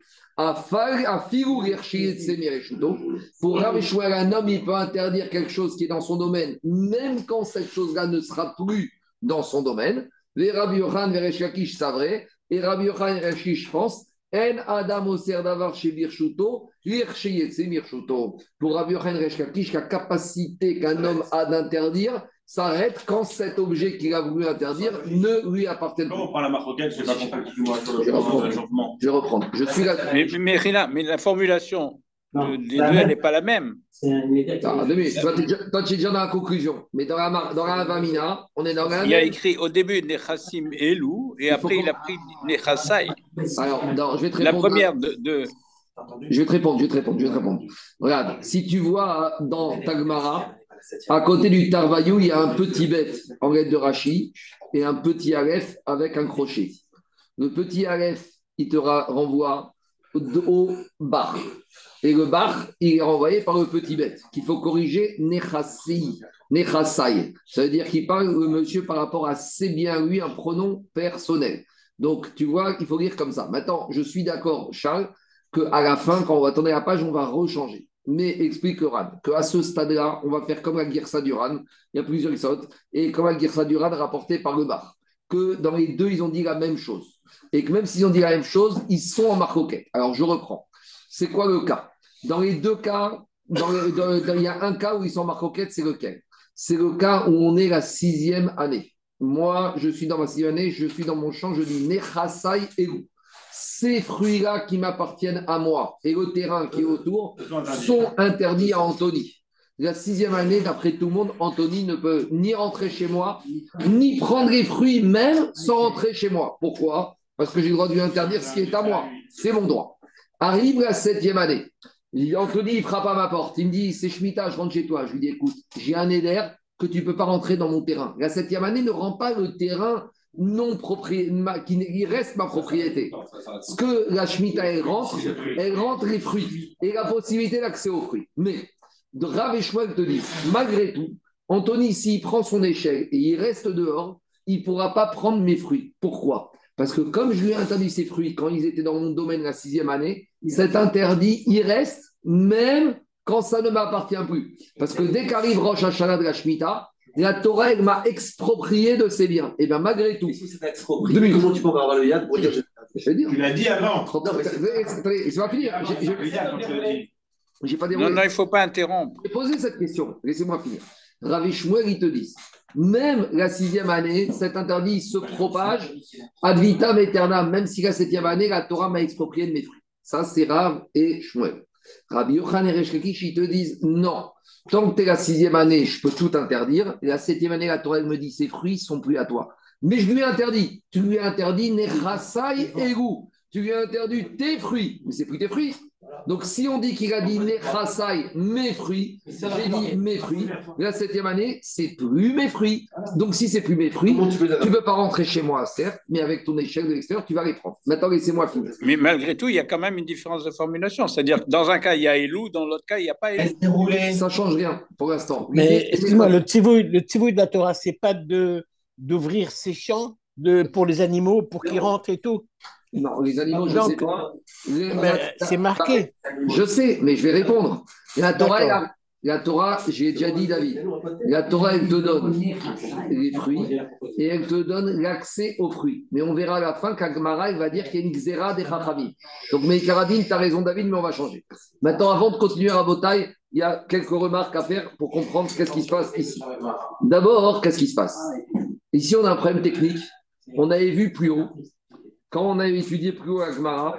Pour Rav Shmuel, un homme, il peut interdire quelque chose qui est dans son domaine, même quand cette chose-là ne sera plus dans son domaine. Les Rabbi Yochanan, les Resh Lakish, c'est vrai. Et Rabbi Yochanan et Resh Lakish pensent En Adam Oser Davar chez Birshuto, Lircheyetse Mirshuto. Pour Rabbi Yochanan et Resh Lakish, la capacité qu'un homme a d'interdire s'arrête quand cet objet qu'il a voulu interdire ne lui appartient pas. Quand on prend la marque, je n'ai pas compris plus ou moins sur Je le reprends. réchauffement. Je reprends. Je suis là. Mais, mais, Rina, mais la formulation Non, de- des c'est deux, la elle même. n'est pas la même. C'est un immédiat. Attends, deux minutes. Toi, tu es déjà- toi, tu es déjà dans la conclusion. Mais dans la, mar- dans la Vamina, on est dans la Il y a même. écrit au début Nechassim Elou et Il faut après il qu'on- a pris Nechasai. Alors, non, je vais te La répondre. première de, de- Je vais te répondre, je vais te répondre, je vais te répondre. Regarde, si tu vois dans Tagmara, à côté du Tarvayou, il y a un petit bête en lettre de Rachi et un petit Aleph avec un crochet. Le petit Aleph, il te ra- renvoie au, au bar. Et le bar, il est renvoyé par le petit bête, qu'il faut corriger Nechassi, Nechasai. Ça veut dire qu'il parle, le monsieur, par rapport à c'est bien lui, un pronom personnel. Donc, tu vois, il faut lire comme ça. Maintenant, je suis d'accord, Charles, qu'à la fin, quand on va tourner la page, on va rechanger. Mais explique le Ran, qu'à ce stade-là, on va faire comme la Girsa du Ran. Il y a plusieurs sortes. Et comme la Girsa du Ran rapportée par le bar. Que dans les deux, ils ont dit la même chose. Et que même s'ils ont dit la même chose, ils sont en marcoquette. Alors, je reprends. C'est quoi le cas? Dans les deux cas, dans les- dans- dans- il y a un cas où ils sont en marcoquette, c'est lequel? C'est le cas où on est la sixième année. Moi, je suis dans ma sixième année, je suis dans mon champ, je dis Nechasai Egu. Ces fruits-là qui m'appartiennent à moi et le terrain qui est autour sont interdits à Anthony. La sixième année, d'après tout le monde, Anthony ne peut ni rentrer chez moi, ni prendre les fruits même sans rentrer chez moi. Pourquoi? Parce que j'ai le droit de lui interdire ce qui est à moi. C'est mon droit. Arrive la septième année. Anthony, il frappe à ma porte. Il me dit, c'est Shemitah, je rentre chez toi. Je lui dis, écoute, j'ai un éder que tu ne peux pas rentrer dans mon terrain. La septième année ne rend pas le terrain non propriété, qui reste ma propriété. Ce que la Shemitah, elle rentre, elle rentre les fruits et la possibilité d'accès aux fruits. Mais de Rav et Shmuel te disent, malgré tout, Anthony, s'il prend son échelle et il reste dehors, il ne pourra pas prendre mes fruits. Pourquoi? Parce que comme je lui ai interdit ces fruits quand ils étaient dans mon domaine la sixième année, cet interdit, il reste même quand ça ne m'appartient plus. Parce que dès qu'arrive Rosh Hashanah de la Shemitah, la Torah, elle m'a exproprié de ses biens. Et bien malgré tout. Si c'est exproprié, comment tu peux avoir le yad pour dire je vais dire. Tu l'as dit avant. Attendez, ça va finir. J'ai- j'ai- Le yad, quand tu l'as dit. J'ai pas Non, déroulé. non, il ne faut pas interrompre. J'ai posé cette question. Laissez-moi finir. Rav et Shmuel, ils te disent, même la sixième année, cet interdit se propage ad vitam aeternam. Même si la septième année, la Torah m'a exproprié de mes fruits. Ça, c'est Rav et Shmuel. Rabbi Yochanan et Resh Lakish, ils te disent, non, tant que tu es la sixième année, je peux tout interdire. Et la septième année, la Torah elle me dit, ces fruits ne sont plus à toi. Mais je lui ai interdit. Tu lui as interdit Nechasai Egu. Tu lui as interdit tes fruits. Mais c'est plus tes fruits. Donc, si on dit qu'il a dit Nechasai, mes fruits, j'ai dit mes fruits, la septième année, c'est plus mes fruits. Donc, si c'est plus mes fruits, Comment tu peux les tu ne peux pas rentrer chez moi, certes, mais avec ton échelle de l'extérieur, tu vas les prendre. Maintenant, laissez-moi finir. Mais malgré tout, il y a quand même une différence de formulation. C'est-à-dire que dans un cas, il y a Elou, dans l'autre cas, il n'y a pas Elou. Ça ne change rien pour l'instant. Mais L'idée- excuse-moi, le tivouille, le tivouille de la Torah, c'est pas de d'ouvrir ses champs de, pour les animaux, pour qu'ils rentrent et tout. Non, les animaux, je ne Donc, sais pas. Les- Mais c'est marqué. Je sais, mais je vais répondre. La Torah, D'accord. elle a- la Torah, j'ai déjà dit, David, la Torah, elle te donne les fruits et elle te donne l'accès aux fruits. Mais on verra à la fin qu'Agmara, elle va dire qu'il y a une xéra des chachamim. Donc, mais Karadine, tu as raison, David, mais on va changer. Maintenant, avant de continuer à Botaï, il y a quelques remarques à faire pour comprendre qu'est-ce qui se passe ici. D'abord, qu'est-ce qui se passe? Ici, on a un problème technique. On avait vu plus haut, quand on avait étudié plus haut Agmara,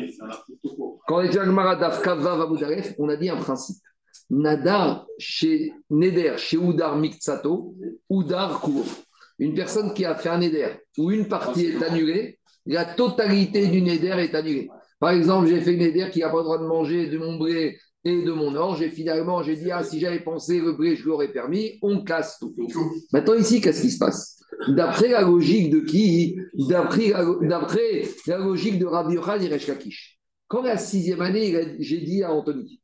quand on a étudié Agmara d'Afkava Vamoudaref, on a dit un principe. Nadar chez Neder, chez Oudar Miktsato, Oudar Kour. Une personne qui a fait un Neder où une partie est annulée, la totalité du Neder est annulée. Par exemple, j'ai fait une Neder qui n'a pas le droit de manger de mon blé et de mon orge, et finalement, j'ai dit, ah, si j'avais pensé le blé, je l'aurais permis, on casse tout. Maintenant, ici, qu'est-ce qui se passe? D'après la logique de qui? D'après la, d'après la logique de Rabbi Yochanan et Resh Lakish. Quand la sixième année, j'ai dit à Anthony,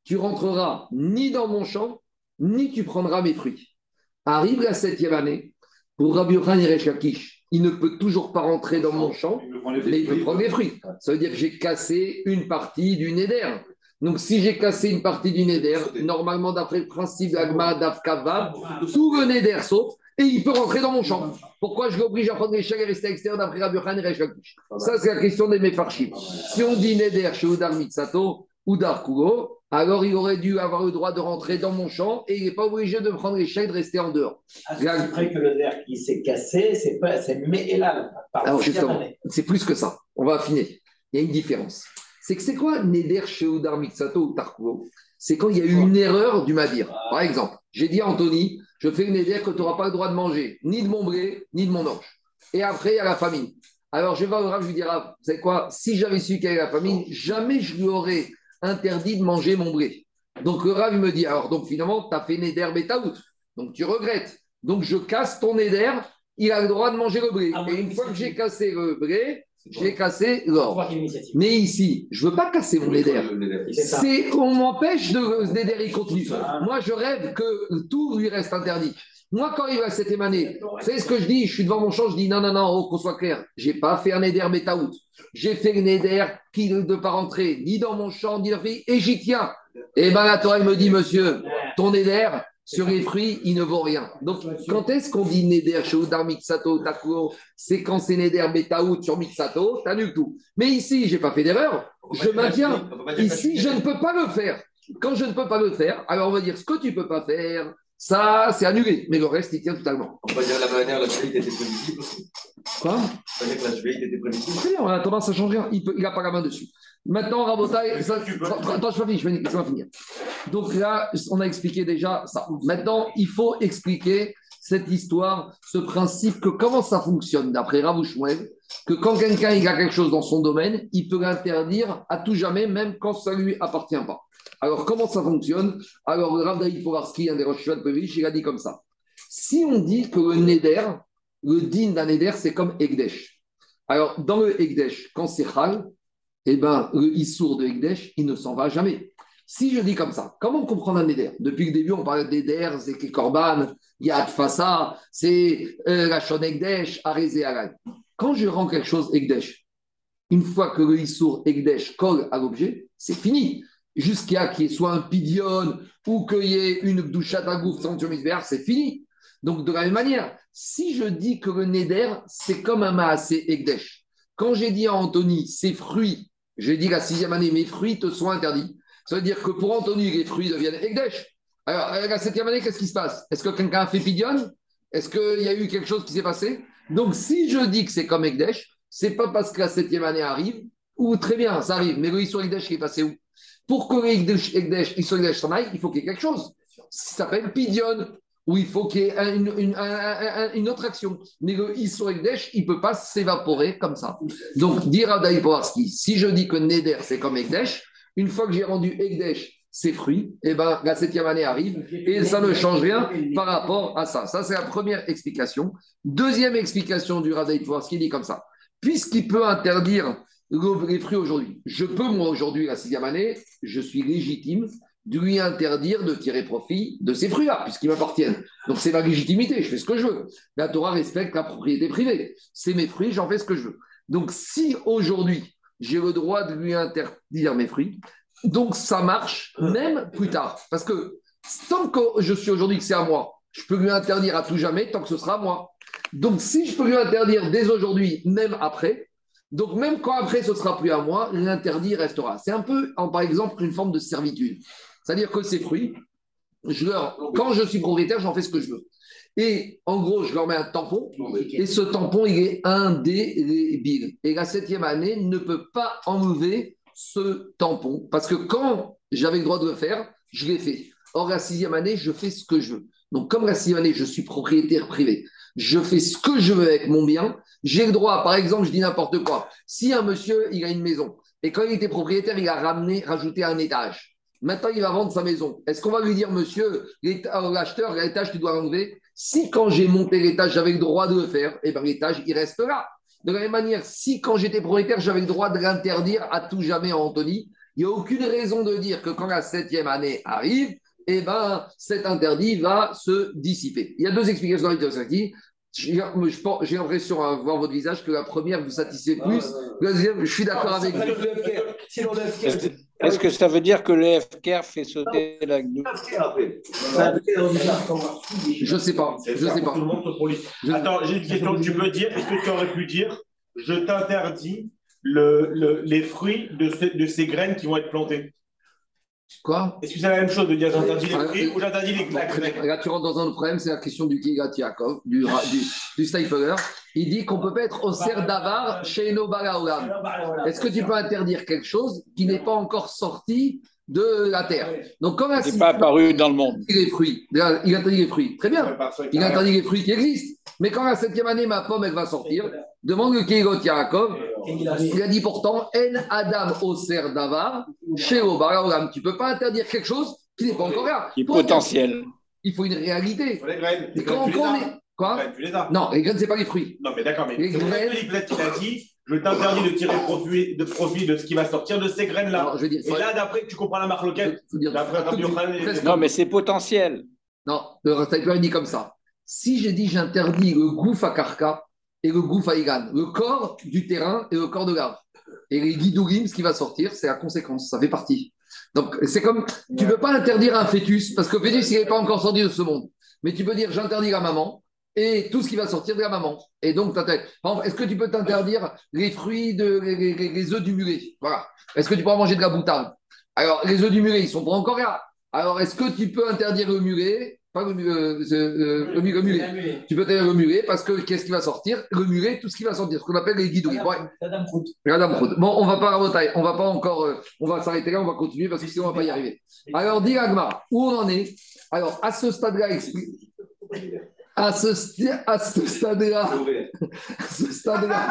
tu rentreras ni dans mon champ, ni tu prendras mes fruits. Arrive la septième année, pour Rabbi Yochanan et Resh Lakish, il ne peut toujours pas rentrer dans mon champ, mais il peut prendre les fruits. Ça veut dire que j'ai cassé une partie du Neder. Donc, si j'ai cassé une partie du Neder, normalement, d'après le principe de l'Agma d'Avkavav, tout le Neder saute et il peut rentrer dans mon champ. Pourquoi je l'oblige à prendre les chèques et rester à l'extérieur d'après Rabbi Yochanan et Resh Lakish? Ça, c'est la question des Mefarshim. Si on dit Neder chez Udar Mitsato, Udar Kugo, alors il aurait dû avoir le droit de rentrer dans mon champ et il n'est pas obligé de prendre les chèques de rester en dehors. Ah, c'est vrai que le nerf qui s'est cassé, c'est pas, c'est Me'elav. Alors justement, c'est plus que ça. On va affiner. Il y a une différence. C'est que c'est quoi Neder Sheudar Mitsato ou Tarkuo? C'est quand il y a eu une erreur du Madir. Par exemple, j'ai dit à Anthony, je fais une Neder que tu n'auras pas le droit de manger ni de mon blé, ni de mon orge. Et après, il y a la famine. Alors je vais voir au Rav, je lui dirai, vous savez quoi? Si j'avais su qu'il y avait la famine, jamais je lui aurais interdit de manger mon blé. Donc le Rav me dit, alors donc finalement, tu as fait Neder Betaout, donc tu regrettes. Donc je casse ton Neder, il a le droit de manger le blé. Ah, et une fois que j'ai cassé le blé, j'ai cassé l'or. Mais ici, je ne veux pas casser mon Neder. C'est, on m'empêche de le Neder, il continue. Moi, je rêve que tout lui reste interdit. Moi, quand il va à la septième année, vous savez ce que je dis? Je suis devant mon champ, je dis non, non, non, oh, qu'on soit clair. Je n'ai pas fait un Neder Betaout. J'ai fait le Neder qui ne peut pas rentrer ni dans mon champ, ni dans le pays, et j'y tiens. Et bien la Torah me dit, monsieur, ton Neder, sur les fruits, il ne vaut rien. Donc, quand est-ce qu'on dit Neder chez Udar Mitsato, Takuo? C'est quand c'est Neder Betaout sur Mitsato, t'annules tout. Mais ici, je n'ai pas fait d'erreur. Je maintiens. Ici, je ne peux pas le faire. Quand je ne peux pas le faire, alors on va dire ce que tu ne peux pas faire. Ça, c'est annulé, mais le reste, il tient totalement. On va dire la manière, la juillet était prévisible aussi. Quoi? On va dire que la juillet était prévisible. Très bien, en attendant, ça ne change rien. Il n'a pas la main dessus. Maintenant, Rabotai, ça... attends, je vais finir, je vais finir. Donc là, on a expliqué déjà ça. Maintenant, il faut expliquer cette histoire, ce principe, que comment ça fonctionne, d'après Rav Shmuel, que quand quelqu'un il a quelque chose dans son domaine, il peut l'interdire à tout jamais, même quand ça ne lui appartient pas. Alors, comment ça fonctionne? Alors, le Rav David Povarski, un des Rosh Hashanah de Pevich, il a dit comme ça. Si on dit que le Neder, le din d'un Neder, c'est comme Ekdesh. Alors, dans le Ekdesh, quand c'est Chal, eh ben, le Issour de Ekdesh, il ne s'en va jamais. Si je dis comme ça, comment comprendre un Neder? Depuis le début, on parlait d'Eder, Zeki Korban, Yad Fassa, c'est euh, la Shon Ekdesh, Arezé Alay. Quand je rends quelque chose Ekdesh, une fois que le Issour Ekdesh colle à l'objet, c'est fini. Jusqu'à qu'il y ait soit un pidion ou qu'il y ait une douchat à gouffre sans c'est fini. Donc, de la même manière, si je dis que le Neder, c'est comme un Maasé Ekdesh, quand j'ai dit à Anthony, ses fruits, j'ai dit la sixième année, mes fruits te sont interdits, ça veut dire que pour Anthony, les fruits deviennent Ekdesh. Alors, la septième année, qu'est-ce qui se passe? Est-ce que quelqu'un a fait pidion? Est-ce qu'il y a eu quelque chose qui s'est passé? Donc, si je dis que c'est comme Ekdesh, c'est pas parce que la septième année arrive, ou très bien, ça arrive, mais le Issour Ekdesh qui est passé où? Pour que l'Ekdesh, Issour Ekdesh s'en aille, il faut qu'il y ait quelque chose. Ça s'appelle pidion, où il faut qu'il y ait une, une, une, une autre action. Mais le Issour Ekdesh, il ne peut pas s'évaporer comme ça. Donc, dire à Daï Powarski, si je dis que Neder, c'est comme Ekdesh, une fois que j'ai rendu Ekdesh ses fruits, eh ben, la septième année arrive et ça ne change rien par rapport à ça. Ça, c'est la première explication. Deuxième explication du Rav Daï Powarski, il dit comme ça. Puisqu'il peut interdire les fruits aujourd'hui, je peux, moi, aujourd'hui, la sixième année, je suis légitime de lui interdire de tirer profit de ces fruits-là, puisqu'ils m'appartiennent. Donc, c'est ma légitimité, je fais ce que je veux. La Torah respecte la propriété privée. C'est mes fruits, j'en fais ce que je veux. Donc, si aujourd'hui, j'ai le droit de lui interdire mes fruits, donc ça marche même plus tard. Parce que tant que je suis aujourd'hui que c'est à moi, je peux lui interdire à tout jamais tant que ce sera à moi. Donc, si je peux lui interdire dès aujourd'hui, même après, donc même quand après ce sera plus à moi, l'interdit restera. C'est un peu, en, par exemple, une forme de servitude. C'est-à-dire que ces fruits, je leur, quand je suis propriétaire, j'en fais ce que je veux. Et en gros, je leur mets un tampon, et ce tampon, il est indélébile. Et la septième année ne peut pas enlever ce tampon, parce que quand j'avais le droit de le faire, je l'ai fait. Or, la sixième année, je fais ce que je veux. Donc, comme la sixième année, je suis propriétaire privé, je fais ce que je veux avec mon bien, j'ai le droit, par exemple, je dis n'importe quoi. Si un monsieur, il a une maison, et quand il était propriétaire, il a ramené, rajouté un étage. Maintenant, il va vendre sa maison. Est-ce qu'on va lui dire, monsieur, l'acheteur, l'étage, tu dois l'enlever? Si quand j'ai monté l'étage, j'avais le droit de le faire, eh bien l'étage, il reste là. De la même manière, si quand j'étais propriétaire, j'avais le droit de l'interdire à tout jamais à Anthony, Il n'y a aucune raison de dire que quand la septième année arrive, eh ben, cet interdit va se dissiper. Il y a deux explications dans l'Itosaki. J'ai j'ai l'impression à voir votre visage que la première vous satisfait plus. La deuxième, je suis d'accord avec vous. Est-ce est-ce que ça veut dire que le F K R fait sauter la gnou? Je sais pas. Je sais pas. Je- Attends, j'ai une question. Tu peux dire, est-ce que tu aurais pu dire, je t'interdis le, le- les fruits de, ce- de ces graines qui vont être plantées? Quoi? Est-ce que c'est la même chose de dire j'interdis les Ouais, fruits euh, ou j'interdis les Bon, la graine? là, tu rentres dans un autre problème, c'est la question du Kigat Yaakov, du, ra- du, du Steifeler. Il dit qu'on ne peut pas être au ser d'avar chez nos balaolam. Est-ce que tu peux interdire quelque chose qui n'est pas encore sorti de la terre? Donc, comme Il n'est pas apparu dans le monde. les fruits, il interdit les fruits, très bien. Il interdit les fruits qui existent. Mais quand la septième année, ma pomme, elle va sortir, demande le Kigot Yaakov. Il a dit pourtant, En Adam au ser d'avar chez au balaolam. Tu ne peux pas interdire quelque chose qui n'est pas encore là. Qui est Pour potentiel. il faut une réalité. Les graines. Et Les quand graines, tu les on as. est. Quoi? Les graines, tu les as. Non, les graines, c'est pas les fruits. Non, mais d'accord, mais Les graines- L'Iplet, il a dit je t'interdis de tirer profit de, profit de ce qui va sortir de ces graines-là. Alors, je veux dire, Et là, d'après, tu comprends la marloquette. faut dire- D'après Rabbi tout- Yochanan, les- presque- Non, mais c'est potentiel. Non, le Rastaïper dit comme ça. Si j'ai dit j'interdis le gouffre à Karka et le gouffre à Igan, le corps du terrain et le corps de l'arbre, et les guidourim, ce qui va sortir, c'est la conséquence, ça fait partie. Donc, c'est comme, tu ne peux pas interdire un fœtus, parce que le fœtus, il n'est pas encore sorti de ce monde. Mais tu peux dire j'interdis la maman et tout ce qui va sortir de la maman. Et donc, t'as- par exemple, est-ce que tu peux t'interdire les fruits, de, les, les- les œufs du mulet? Voilà. Est-ce que tu pourras manger de la boutade? Alors, les œufs du mulet, ils sont pas encore là. Alors, est-ce que tu peux interdire le mulet? Pas le, mu- euh, ce- euh, le mu- le mulet. Tu peux interdire le mulet parce que qu'est-ce qui va sortir? Le mulet, tout ce qui va sortir, ce qu'on appelle les guidouilles. Ouais. Madame Prout. Bon, on va pas raboter, on va pas encore, euh, on va s'arrêter là, on va continuer parce que sinon on va pas y arriver. Alors, dis Agmar, où on en est? Alors, à ce stade-là, expli- à ce, sti- à ce stade-là, à ce stade-là,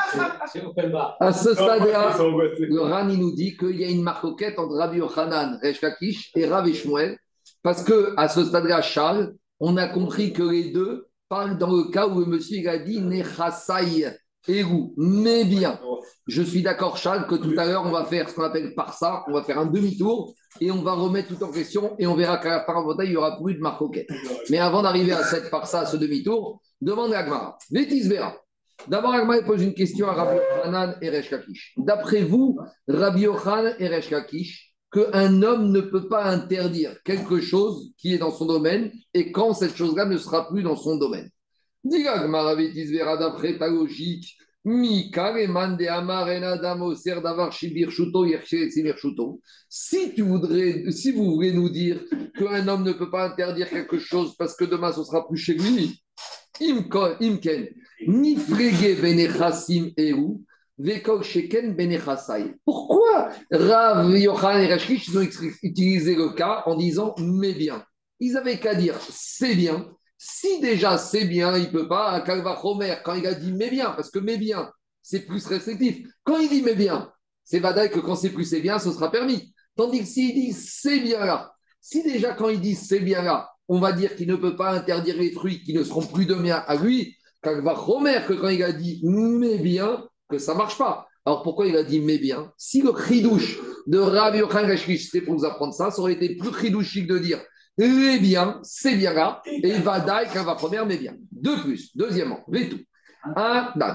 à ce stade-là, le Ran, il nous dit qu'il y a une marcoquette entre Rabbi Yochanan, Resh Lakish et Rav et Shmuel, parce que à ce stade-là, Charles, on a compris que les deux parlent dans le cas où le monsieur il a dit Nechasai Eru, mais bien. Je suis d'accord, Charles, que tout à l'heure, on va faire ce qu'on appelle par ça, on va faire un demi-tour et on va remettre tout en question et on verra qu'à la fin de la bataille, il n'y aura plus de marcoquette. Mais avant d'arriver à cette par ça, à ce demi-tour, demande à Agmara. Vétis Vera. D'abord, Agmara pose une question à Rabbi Yochanan et Resh Lakish. D'après vous, Rabbi Yochanan et Resh Lakish, qu'un homme ne peut pas interdire quelque chose qui est dans son domaine et quand cette chose-là ne sera plus dans son domaine. Dis Agmara Vétis Vera, d'après ta logique, Mika, Reman de Amar en Adam au ser d'avar shibir shuto yerche tzimir shuto. Si tu voudrais, si vous voulez nous dire qu'un homme ne peut pas interdire quelque chose parce que demain ce sera plus chez lui, imko- imken ni frege benechassim eru vekol sheken benechasai. Pourquoi Rav Yochanan et Resh Lakish ont utilisé le cas en disant mais bien. Ils avaient qu'à dire c'est bien. Si déjà c'est bien, il ne peut pas, Kalva Homer, quand il a dit mais bien, parce que mais bien, c'est plus restrictif. Quand il dit mais bien, c'est Vadaï que quand c'est plus c'est bien, ce sera permis. Tandis que s'il dit c'est bien là, si déjà quand il dit c'est bien là, on va dire qu'il ne peut pas interdire les fruits qui ne seront plus de bien à lui, Kalva Homer, que quand il a dit mais bien, que ça ne marche pas. Alors pourquoi il a dit mais bien? Si le chidouche de Rav Yochanan Resh Lakish, c'était pour nous apprendre ça, ça aurait été plus chidouchique de dire les bien, c'est bien là, et Vadaï, quand va première, mais bien. De plus, deuxièmement, Vetou. Adam,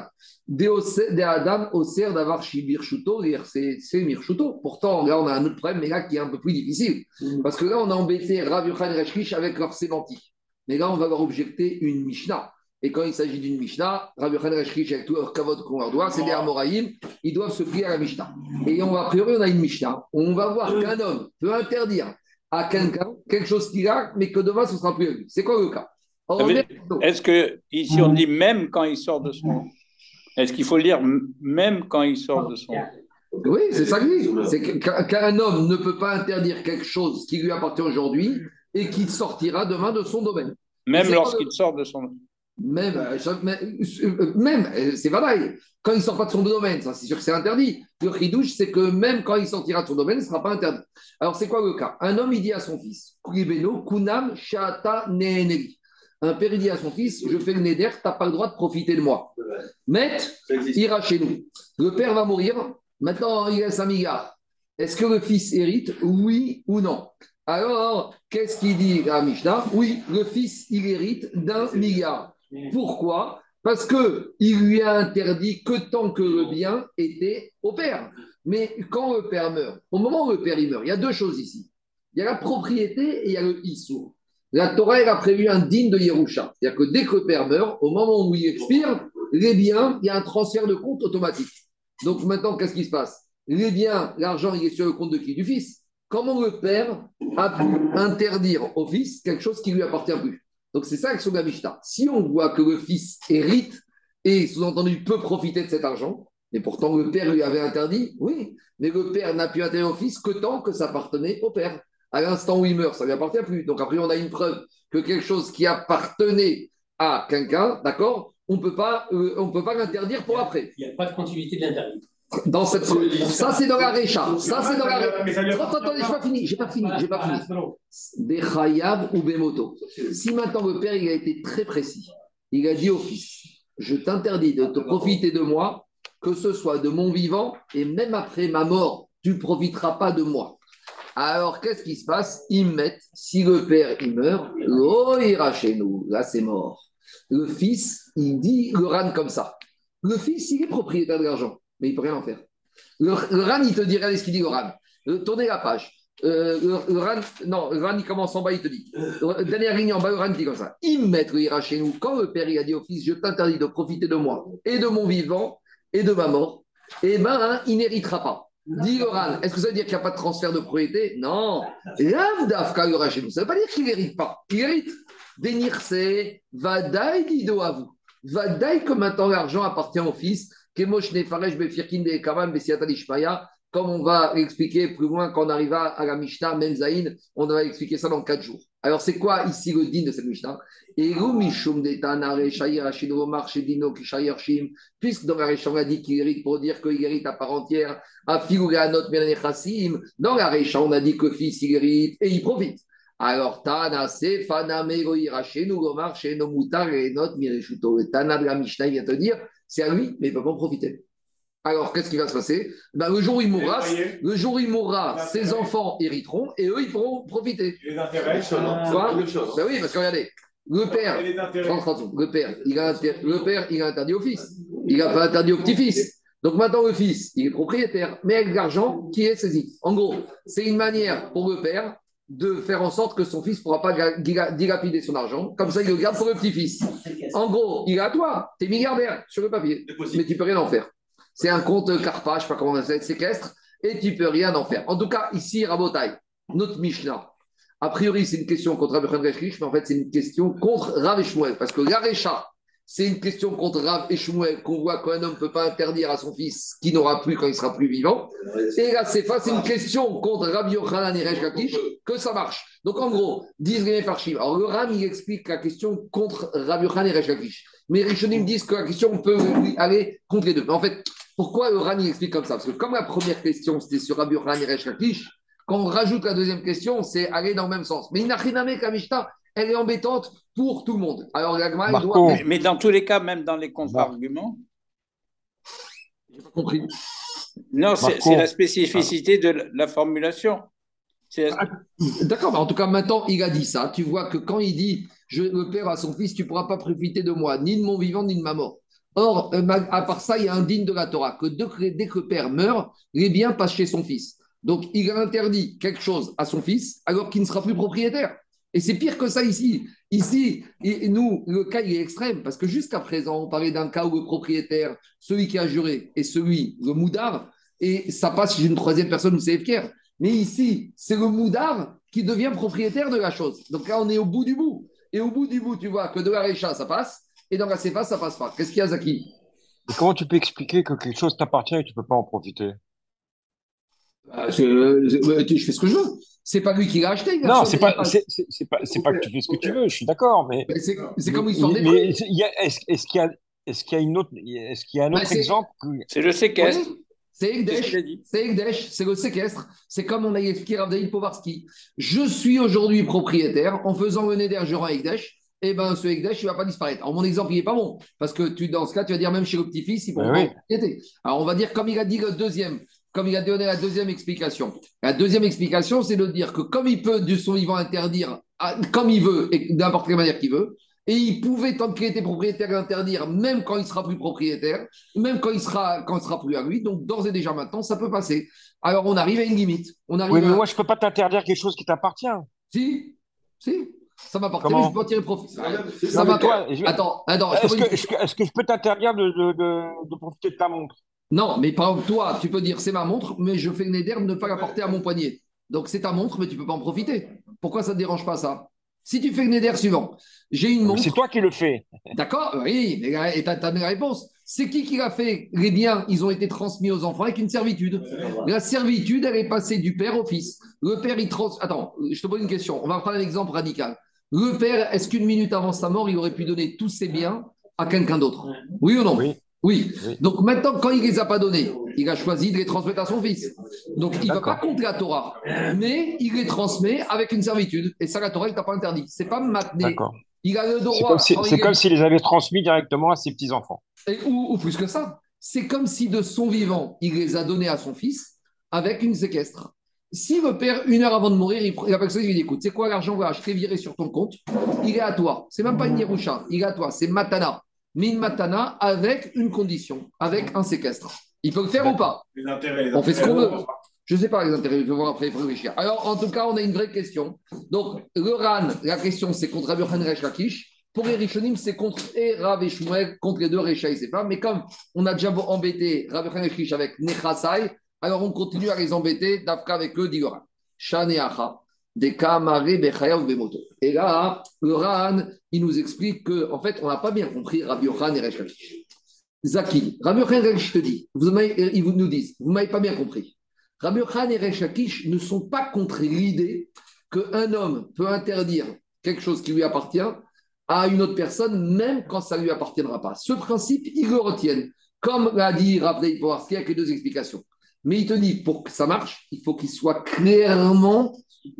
de Adam au ser d'avoir Shibir Shuto, c'est Mirshuto. Pourtant, là, on a un autre problème, mais là, qui est un peu plus difficile. Parce que là, on a embêté Rav Yochanan et Resh Lakish avec leur sémantique. Mais là, on va leur objecter une Mishnah. Et quand il s'agit d'une Mishnah, Rav Yochanan et Resh Lakish, avec tout leur kavod qu'on leur doit, c'est des Amoraïm, ils doivent se plier à la Mishnah. Et on va, a priori, on a une Mishnah. On va voir qu'un homme peut interdire à quelqu'un quelque chose qu'il a, mais que demain, ce sera plus à lui. C'est quoi le cas? Or, on est- Est-ce que ici on dit même quand il sort de son. Est-ce qu'il faut le dire m- même quand il sort de son. Oui, c'est ça que je dis. C'est que- qu'un qu'un homme ne peut pas interdire quelque chose qui lui appartient aujourd'hui et qui sortira demain de son domaine. Même C'est lorsqu'il sort de son. Même, euh, chaque- mais, euh, même euh, c'est Vadaï. Quand il ne sort pas de son domaine, ça, c'est sûr que c'est interdit. Le chidouche, c'est que même quand il sortira de son domaine, ce ne sera pas interdit. Alors, c'est quoi le cas? Un homme, il dit à son fils, Kulibeno, Kunam, Shata, Neenegi. Un père, il dit à son fils, je fais le neder, tu n'as pas le droit de profiter de moi. Met, ira chez nous. Le père va mourir. Maintenant, il laisse un milliard. Est-ce que le fils hérite, oui ou non? Alors, qu'est-ce qu'il dit la Mishnah? Oui, le fils, il hérite d'un milliard. Pourquoi? Parce qu'il lui a interdit que tant que le bien était au père. Mais quand le père meurt, au moment où le père il meurt, il y a deux choses ici. Il y a la propriété et il y a le issour. La Torah, elle a prévu un digne de Yerusha. C'est-à-dire que dès que le père meurt, au moment où il expire, les biens, il y a un transfert de compte automatique. Donc maintenant, qu'est-ce qui se passe? Les biens, l'argent, il est sur le compte de qui? Du fils. Comment le père a pu interdire au fils quelque chose qui ne lui appartient plus? Donc c'est ça l'action de la Mishnah. Si on voit que le fils hérite et sous-entendu peut profiter de cet argent, et pourtant le père lui avait interdit, oui, mais le père n'a pu interdire au fils que tant que ça appartenait au père. À l'instant où il meurt, ça ne lui appartient plus. Donc après, on a une preuve que quelque chose qui appartenait à quelqu'un, d'accord, on ne peut pas, euh, on peut pas l'interdire pour après. Il n'y a pas de continuité de l'interdit. Dans cette... Ça, c'est dans la Récha. Ça, c'est dans la Récha. Mais ça lui a- Attends, attendez, je n'ai pas fini. J'ai pas fini. J'ai pas fini. Des Chayav ou Bemoto. Si maintenant le père il a été très précis, il a dit au fils, je t'interdis de te profiter de moi, que ce soit de mon vivant et même après ma mort, tu ne profiteras pas de moi. Alors, qu'est-ce qui se passe? Ils mettent, si le père il meurt, l'eau ira chez nous. Là, c'est mort. Le fils, il dit le RAN comme ça. Le fils, il est propriétaire de l'argent, mais il ne peut rien en faire. Le, le RAN, il te dit, regardez ce qu'il dit le RAN. Euh, tournez la page. Euh, le, le RAN, non, le RAN, il commence en bas, il te dit. Euh, dernière ligne en bas, le RAN dit comme ça. Ils mettent le ira chez nous. Quand le père il a dit au fils, je t'interdis de profiter de moi et de mon vivant et de ma mort, eh bien, hein, il n'héritera pas. Dit Yoran, est-ce que ça veut dire qu'il n'y a pas de transfert de propriété? Non. L'avdafka ira chez nous. Ça ne veut pas dire qu'il n'hérite pas. Il hérite. Dénirse, vadaï dido à vous. Vadaï que maintenant l'argent appartient au fils. Kemosh nefaresh befirkin de kavam besiatalishpaya. Comme on va expliquer plus loin quand on arrivera à la Mishnah Menzaïn, on va expliquer ça dans quatre jours. Alors, c'est quoi ici le din de cette Mishnah? Puisque dans la Récha, on a dit qu'il hérite pour dire qu'il hérite à part entière, à Filouganot Menechassim, dans la Récha, on a dit que le fils il hérite et il profite. Alors, Tana, c'est Fanamego Irachenu, Gomar, Sheno Mutar, et Not Mirechuto. Le Tana de la Mishnah, il vient te dire, c'est à lui, mais il ne peut pas en profiter. Alors, qu'est-ce qui va se passer? Ben, le jour où il mourra, le jour où il mourra, ses enfants hériteront et eux, ils pourront profiter. Les intérêts. Quoi? Ben oui, parce que regardez, le père, Et les intérêts. le père, il a, inter- le père, il a interdit au fils. Il n'a pas interdit au petit-fils. Donc maintenant, le fils, il est propriétaire, mais avec l'argent qui est saisi. En gros, c'est une manière pour le père de faire en sorte que son fils ne pourra pas ga- dila- dilapider son argent. Comme ça, il le garde pour le petit-fils. En gros, il est à toi. Tu es milliardaire sur le papier, mais tu ne peux rien en faire. C'est un compte Carpa, je ne sais pas comment on appelle, séquestre, et tu ne peux rien en faire. En tout cas, ici, Rabotai, notre Mishnah, a priori, c'est une question contre Rabbi Yochanan Resh, mais en fait, c'est une question contre Rav et Shmuel. Parce que la Récha, c'est une question contre Rav et Shmuel qu'on voit qu'un homme ne peut pas interdire à son fils qui n'aura plus quand il sera plus vivant. Et la Sefa, c'est une question contre Rabbi Yochanan et Resh Lakish que ça marche. Donc, en gros, disent les Mefarshim. Alors, le Ram, il explique la question contre Rabbi Yochanan et Resh Lakish. Mais les Rishonim disent que la question peut aller contre les deux. Mais en fait, pourquoi le Ran il explique comme ça? Parce que comme la première question, c'était sur Rabbi Yochanan et Resh Lakish, quand on rajoute la deuxième question, c'est aller dans le même sens. Mais Inachiname Kamishta, elle est embêtante pour tout le monde. Alors, l'Agma, il doit... Mais, mais dans tous les cas, même dans les contre-arguments, J'ai pas compris. non, c'est Marco. c'est la spécificité de la- la formulation. C'est la- D'accord, mais en tout cas, maintenant, il a dit ça. Tu vois que quand il dit je, le père à son fils, tu ne pourras pas profiter de moi, ni de mon vivant, ni de ma mort. Or, euh, ma- à part ça, il y a un digne de la Torah, que dès que, dès que le père meurt, les biens passent chez son fils. Donc, il a interdit quelque chose à son fils, alors qu'il ne sera plus propriétaire. Et c'est pire que ça ici. Ici, et nous, le cas, il est extrême, parce que jusqu'à présent, on parlait d'un cas où le propriétaire, celui qui a juré, et celui, le moudar, et ça passe chez une troisième personne où c'est Efker. Mais ici, c'est le moudar qui devient propriétaire de la chose. Donc là, on est au bout du bout. Et au bout du bout, tu vois que de la récha, ça passe, et dans la séfa, ça passe pas. Qu'est-ce qu'il y a, Zaki? Et comment tu peux expliquer que quelque chose t'appartient et tu peux pas en profiter? Ah, c'est- euh, Je fais ce que je veux. C'est pas lui qui l'a acheté. il a Non, sur c'est des pas, pages. c'est, c'est c'est pas, c'est pas que tu fais ce que tu veux, je suis d'accord, mais, Mais C'est c'est mais, comme l'histoire des mais prix. il y a- est-ce, est-ce qu'il y a, est-ce qu'il y a une autre, est-ce qu'il y a un Bah, autre c'est- exemple que- c'est le séquestre. Oui, c'est C'est ce Ekdesh. qu'il a dit. C'est Ekdesh, c'est le séquestre. C'est comme on a expliqué à David Povarski. Je suis aujourd'hui propriétaire. En faisant le neder, je rends Ekdesh. Eh bien, ce Ekdesh, il ne va pas disparaître. Alors, mon exemple, il n'est pas bon. Parce que tu, dans ce cas, tu vas dire même chez le petit-fils, il ne Ben prend pas en oui. propriété. Alors, on va dire, comme il a dit le deuxième, comme il a donné la deuxième explication. La deuxième explication, c'est de dire que comme il peut de son vivant interdire comme il veut et de n'importe quelle manière qu'il veut, et il pouvait, tant qu'il était propriétaire, l'interdire, même quand il sera plus propriétaire, même quand il sera, quand il sera plus à lui. Donc, d'ores et déjà maintenant, ça peut passer. Alors, on arrive à une limite. On arrive Oui, mais à... moi, je peux pas t'interdire quelque chose qui t'appartient. Si, si, ça m'appartient, mais je Comment? peux pas tirer profit. Ça Non, mais m'appartient. toi, je- Attends, attends. je te est-ce pose une que, est-ce que, est-ce que je peux t'interdire de, de, de, de profiter de ta montre? Non, mais par exemple, toi, tu peux dire c'est ma montre, mais je fais le neder de ne pas la porter à mon poignet. Donc c'est ta montre, mais tu ne peux pas en profiter. Pourquoi ça ne te dérange pas ça? Si tu fais le neder suivant, j'ai une Mais montre, c'est toi qui le fais. d'accord? Oui, mais la- et tu as donné la réponse. C'est qui qui l'a fait? Les biens, ils ont été transmis aux enfants avec une servitude. La servitude, elle est passée du père au fils. Le père, il trans... Attends, je te pose une question. On va prendre un exemple radical. Le père, est-ce qu'une minute avant sa mort, il aurait pu donner tous ses biens à quelqu'un d'autre? Oui ou non? Oui. Oui. Oui. Donc maintenant, quand il ne les a pas donnés, il a choisi de les transmettre à son fils. Donc il ne va pas D'accord. contre la Torah, mais il les transmet avec une servitude. Et ça, la Torah, il t'a pas interdit. C'est pas maintenu. D'accord. Il a le C'est droit. comme si, quand c'est il comme est- s'il les avait transmis directement à ses petits-enfants. et- ou, ou plus que ça. C'est comme si de son vivant, il les a donnés à son fils avec une séquestre. Si le père, une heure avant de mourir, il, il appelle ça, il lui dit écoute, c'est quoi l'argent, voilà, je t'ai viré sur ton compte, il est à toi. C'est même pas une Yerusha, il est à toi, c'est Matana. Mais une Matana avec une condition, avec un séquestre. Il peut le faire ou pas? Les intérêts, les On fait ce qu'on intérêts. veut. Je ne sais pas les intérêts, je vais voir après, il faut réfléchir. Alors, en tout cas, on a une vraie question. Donc, le Ran, la question, c'est contre Rabbi Yochanan et Resh Lakish. Pour les Rishonim, c'est contre et Rav et Shmuel, contre les deux Recha et c'est pas. Mais comme on a déjà embêté Rabbi Yochanan et Resh Lakish avec Nechasai, alors on continue à les embêter d'Afka avec eux, dit le Ran. Shaneacha, de Kamare Bechayav Bemoto. Et là, le Ran, il nous explique que, en fait, on n'a pas bien compris Rabbi Yochanan et Resh Lakish. Zaki, Rabbi Yochanan et Resh Lakish te dit, vous m'avez- ils vous- nous disent, vous ne m'avez pas bien compris. Rabbi Yochanan et Resh Lakish ne sont pas contre l'idée qu'un homme peut interdire quelque chose qui lui appartient à une autre personne, même quand ça ne lui appartiendra pas. Ce principe, ils le retiennent. Comme l'a dit Rav Powarski avec les deux explications. Mais il te dit, pour que ça marche, il faut qu'il soit clairement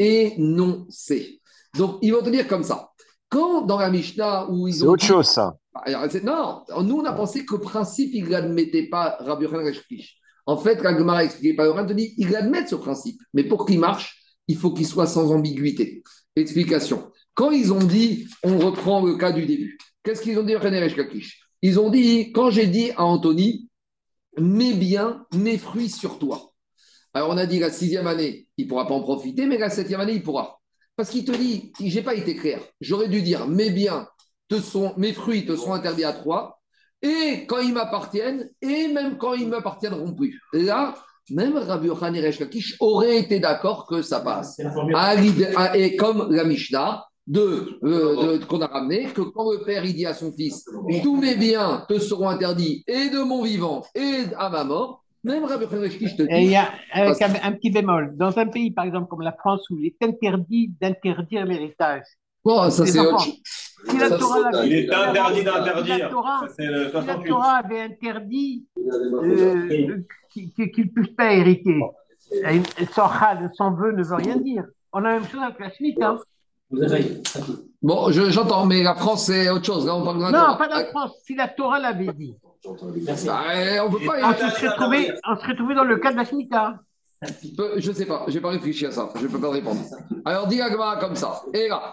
énoncé. Donc, ils vont te dire comme ça. Quand dans la Mishnah, où ils C'est ont autre dit- chose, ça. alors, c'est- Non, nous on a pensé que le principe, il n'admettait pas Rabbi Yochanan et Resh Lakish. En fait, la Gemara expliquée par Yochanan te dit, il admet ce principe, mais pour qu'il marche, il faut qu'il soit sans ambiguïté. Explication. Quand ils ont dit, on reprend le cas du début, qu'est-ce qu'ils ont dit Yochanan et Resh Lakish? Ils ont dit, quand j'ai dit à Anthony, mets bien mes fruits sur toi. Alors on a dit la sixième année, il ne pourra pas en profiter, mais la septième année, il pourra. Parce qu'il te dit, je n'ai pas été clair. J'aurais dû dire, mes biens, te sont, mes fruits te sont interdits à toi, et quand ils m'appartiennent, et même quand ils ne m'appartiendront plus. Là, même Rabbi Yochanan et Resh Lakish auraient été d'accord que ça passe. C'est la formule. À l'idée- à- et comme la Mishnah de, euh, de- qu'on a ramené, que quand le père il dit à son fils, tous mes biens te seront interdits, et de mon vivant, et à ma mort, même Rabbi Yochanan et Resh Lakish te Et il dit, y a avec Parce- un, un petit bémol. Dans un pays, par exemple, comme la France, où il est interdit d'interdire l'héritage, bon, ça Les c'est autre enfants. chose. si la Ça, Torah c'est- l'avait- Il est interdit si la d'interdire. Torah- Ça, c'est le si la soixante-huit. Torah avait interdit euh, qu'il qu'il ne puisse pas hériter, et sans chal, sans vœu ne veut rien dire. On a la même chose avec la suite. Hein. Vous avez ça tout. Bon, je- j'entends, mais la France c'est autre chose. Là, on parle de la Non, Torah. pas la France. Si la Torah l'avait dit, Merci. Ah, on peut pas. on se serait trouvé, on serait trouvé dans le cas de la Shemitah. Peu- Je ne sais pas, je n'ai pas réfléchi à ça, je ne peux pas répondre. Alors, dit Agmara comme ça. Et là,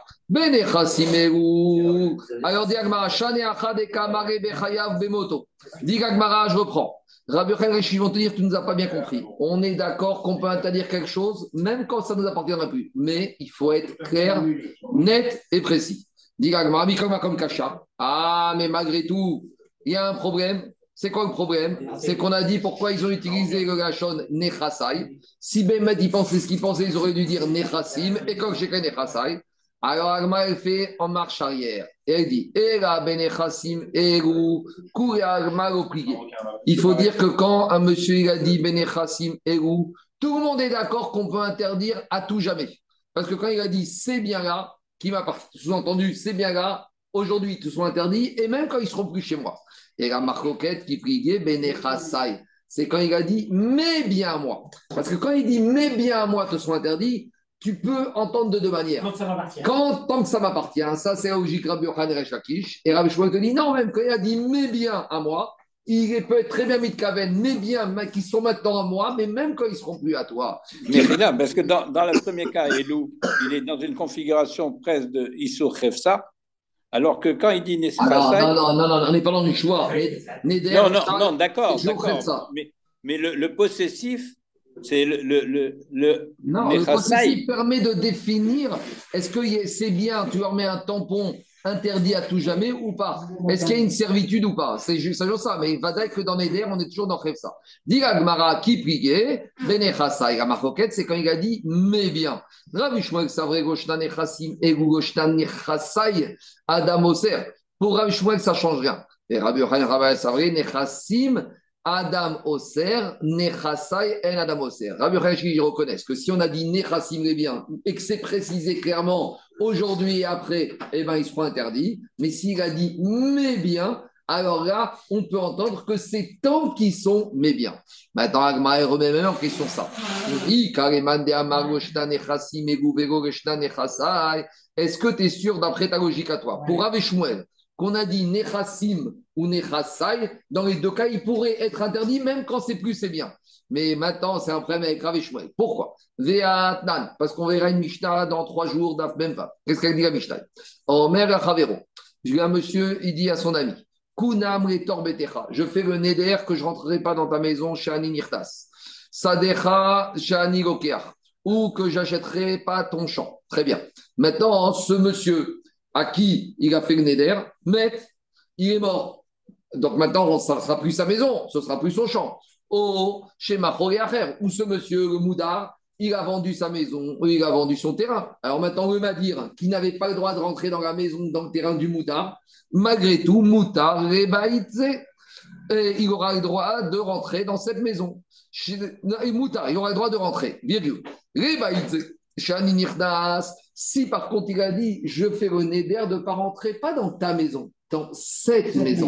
Benechasimeru. Alors, dit Agmara, Shane Achadeka Mare Bechayav Bemoto. Dit Agmara, je reprends. Rabbi Yochanan et Resh Lakish vont te dire, tu ne nous as pas bien compris. On est d'accord qu'on peut interdire quelque chose, même quand ça ne nous appartiendra plus. Mais il faut être clair, net et précis. Dit Agmara, Mikoma comme Kacha. Ah, mais malgré tout, il y a un problème. C'est quoi le problème? C'est qu'on a dit pourquoi ils ont utilisé le Lachon Nechasai. Si Bémet, ils pensaient ce qu'ils pensaient, ils auraient dû dire Nechasim. Et quand j'ai Nechasai, alors Agma, elle fait en marche arrière. Et elle dit Ela Benechasim Eru Kure Agma l'oblié. Il faut dire que quand un monsieur il a dit Benechasim Eru, tout le monde est d'accord qu'on peut interdire à tout jamais. Parce que quand il a dit c'est bien là, qui m'a sous-entendu c'est bien là, aujourd'hui tout sont interdits, et même quand ils seront plus chez moi. Et la marcoquette qui priait Benechasai, c'est quand il a dit mais bien à moi. Parce que quand il dit mais bien à moi te sont interdits, tu peux entendre de deux manières. Donc ça m'appartient. Quand, tant que ça m'appartient, ça c'est la logique Rabbi Yochanan et Resh Lakish. Et Rabbi Shmuel te dit non, même quand il a dit mais bien à moi, il peut être très bien mis de Kaven, mais bien, mais qui sont maintenant à moi, mais même quand ils ne seront plus à toi. Mais rien, parce que dans, dans le premier cas, Elou, il est dans une configuration presque de Issur Khefsa, alors que quand il dit Alors, Nesrasai. non, non, non, non, on n'est pas dans du choix. Neder, Non, non, Shtar, non, d'accord, c'est toujours d'accord. Khefsa. Mais, mais le, le possessif, c'est le, le, le, le Non, le Nechasai. possessif permet de définir est-ce que y- c'est bien, tu leur mets un tampon interdit à tout jamais ou pas. Est-ce qu'il y a une servitude ou pas? C'est juste, c'est juste ça, mais il va dire que dans Neder, on est toujours dans Khefsa. Dit Agmara qui priait, Benechasai. La marcoquette, c'est quand il a dit mais bien. Rabbi Shmuel Savre Goshtan Nechasim et Goshtan Nechasai Adam Oser. Pour Rabbi Shmuel, ça ne change rien. Et Rabbi Yochanan Rabbi Savre Nechasim Adam Oser, Nechasai en Adam Oser. Rabbi Yochanan ils reconnaissent que si on a dit Nechassim les biens et que c'est précisé clairement aujourd'hui et après, eh ben, ils seront interdits. Mais s'il a dit mes biens, alors là, on peut entendre que c'est tant qu'ils sont mes biens. Maintenant, Agma remet même en question ça. Il dit est-ce que tu es sûr d'après ta logique à toi? Pour Rav Shmuel, qu'on a dit Nechassim ou Nechasai, dans les deux cas, il pourrait être interdit même quand c'est plus c'est bien. Mais maintenant, c'est un problème avec Rav Shmuel. Pourquoi? Ve'atnan, parce qu'on verra une Mishnah dans trois jours d'Af Memva. Qu'est-ce qu'elle dit la Mishnah? Omer Chavero. Un monsieur, il dit à son ami Kunam le torbetecha. Je fais le neder que je ne rentrerai pas dans ta maison, Shani Nirtas. Sadecha, Shani Lokeach. Ou que j'achèterai pas ton champ. Très bien. Maintenant, ce monsieur à qui il a fait le neder, mais il est mort. Donc maintenant, ça ne sera plus sa maison, ce ne sera plus son champ. Oh, chez Machoréacher, où ce monsieur, le Moudar, il a vendu sa maison, il a vendu son terrain. Alors maintenant, le Madir, qui n'avait pas le droit de rentrer dans la maison, dans le terrain du Moudar, malgré tout, Moutar, Rebaïtze, il aura le droit de rentrer dans cette maison. Moutar, il aura le droit de rentrer, virgule. Rebaïtze, Shani Nirdas, si par contre il a dit, je fais le neder de ne pas rentrer, pas dans ta maison, dans cette maison.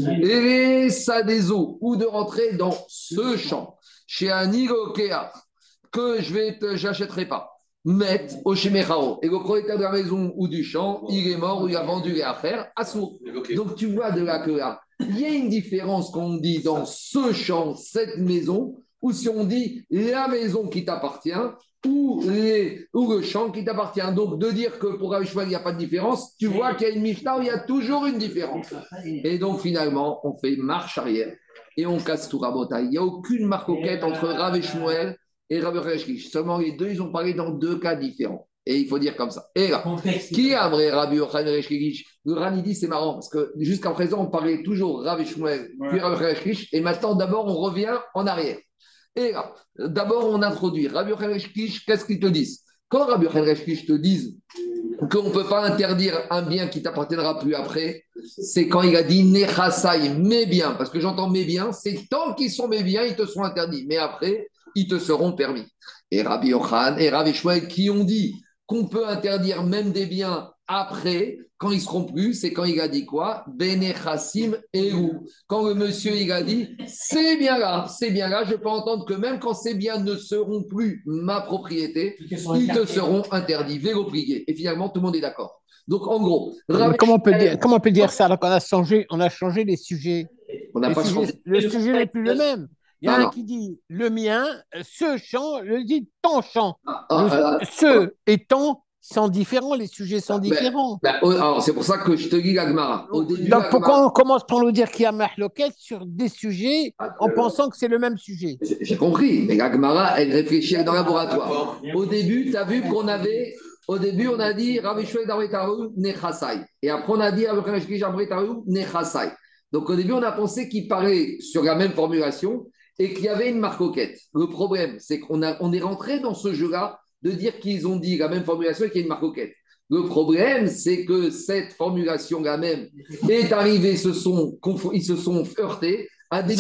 Et ça des eaux, ou de rentrer dans ce champ, chez un Irokea, que je vais te, j'achèterai pas. Met au Shemechao. Et le propriétaire de la maison ou du champ, il est mort ou il a vendu les affaires à sourd. Donc tu vois de là que là, il y a une différence quand on dit dans ce champ, cette maison, ou si on dit la maison qui t'appartient, ou, les, ou le champ qui t'appartient. Donc, de dire que pour Rav Shmuel, il n'y a pas de différence, tu vois qu'il y a une Mishnah où il y a toujours une différence. Et donc, finalement, on fait marche arrière et on casse tout Rabotai. Il n'y a aucune marcoquette entre Rav Shmuel et Rav Reshkish. Seulement, les deux, ils ont parlé dans deux cas différents. Et il faut dire comme ça. Et là, qui a un vrai Rav Yochanan Reshkish? Le Ran, il dit, c'est marrant, parce que jusqu'à présent, on parlait toujours Rav Shmuel, puis Rav Reshkish, et maintenant, d'abord, on revient en arrière. Et là, d'abord, on introduit Rabbi Yochanan Reshkish, qu'est-ce qu'ils te disent? Quand Rabbi Yochanan Reshkish te disent qu'on ne peut pas interdire un bien qui t'appartiendra plus après, c'est quand il a dit Nechasai, mes biens, parce que j'entends mes biens, c'est tant qu'ils sont mes biens, ils te seront interdits, mais après, ils te seront permis. Et Rabbi Yochanan et Rabbi Shmuel qui ont dit qu'on peut interdire même des biens après, quand ils seront plus, c'est quand il a dit quoi? Benechassim et où? Quand le monsieur il a dit, c'est bien là, c'est bien là, je peux entendre que même quand ces biens ne seront plus ma propriété, ils te seront interdits, vélo prié. Et finalement, tout le monde est d'accord. Donc en gros, Rabbi comment, on peut dire, comment on peut dire ça alors qu'on a changé, on a changé les sujets? On n'a pas sujets, changé. Le sujet n'est plus le même. Il y a non, un non. qui dit le mien, ce champ, le dit ton champ. Ah, ah, le, ah, ce et ton sont différents, les sujets sont ben, différents. Ben, alors, c'est pour ça que je te dis l'Agmara. Au début, Donc, pourquoi Agmara... on commence par nous dire qu'il y a mahloquette sur des sujets ah, en euh... pensant que c'est le même sujet? J'ai compris, mais l'Agmara, elle réfléchit dans le laboratoire. Au début, tu as vu qu'on avait... Au début, on a dit Rav Shmuel Darwetaru Nechasai. Et après, on a dit Rav Shmuel Darwetaru Nechasai. Donc, au début, on a pensé qu'il parlait sur la même formulation et qu'il y avait une marcoquette. Le problème, c'est qu'on a, on est rentré dans ce jeu-là de dire qu'ils ont dit la même formulation et qu'il y a une marcoquette. Le problème, c'est que cette formulation-là même est arrivée, se sont, ils se sont heurtés à des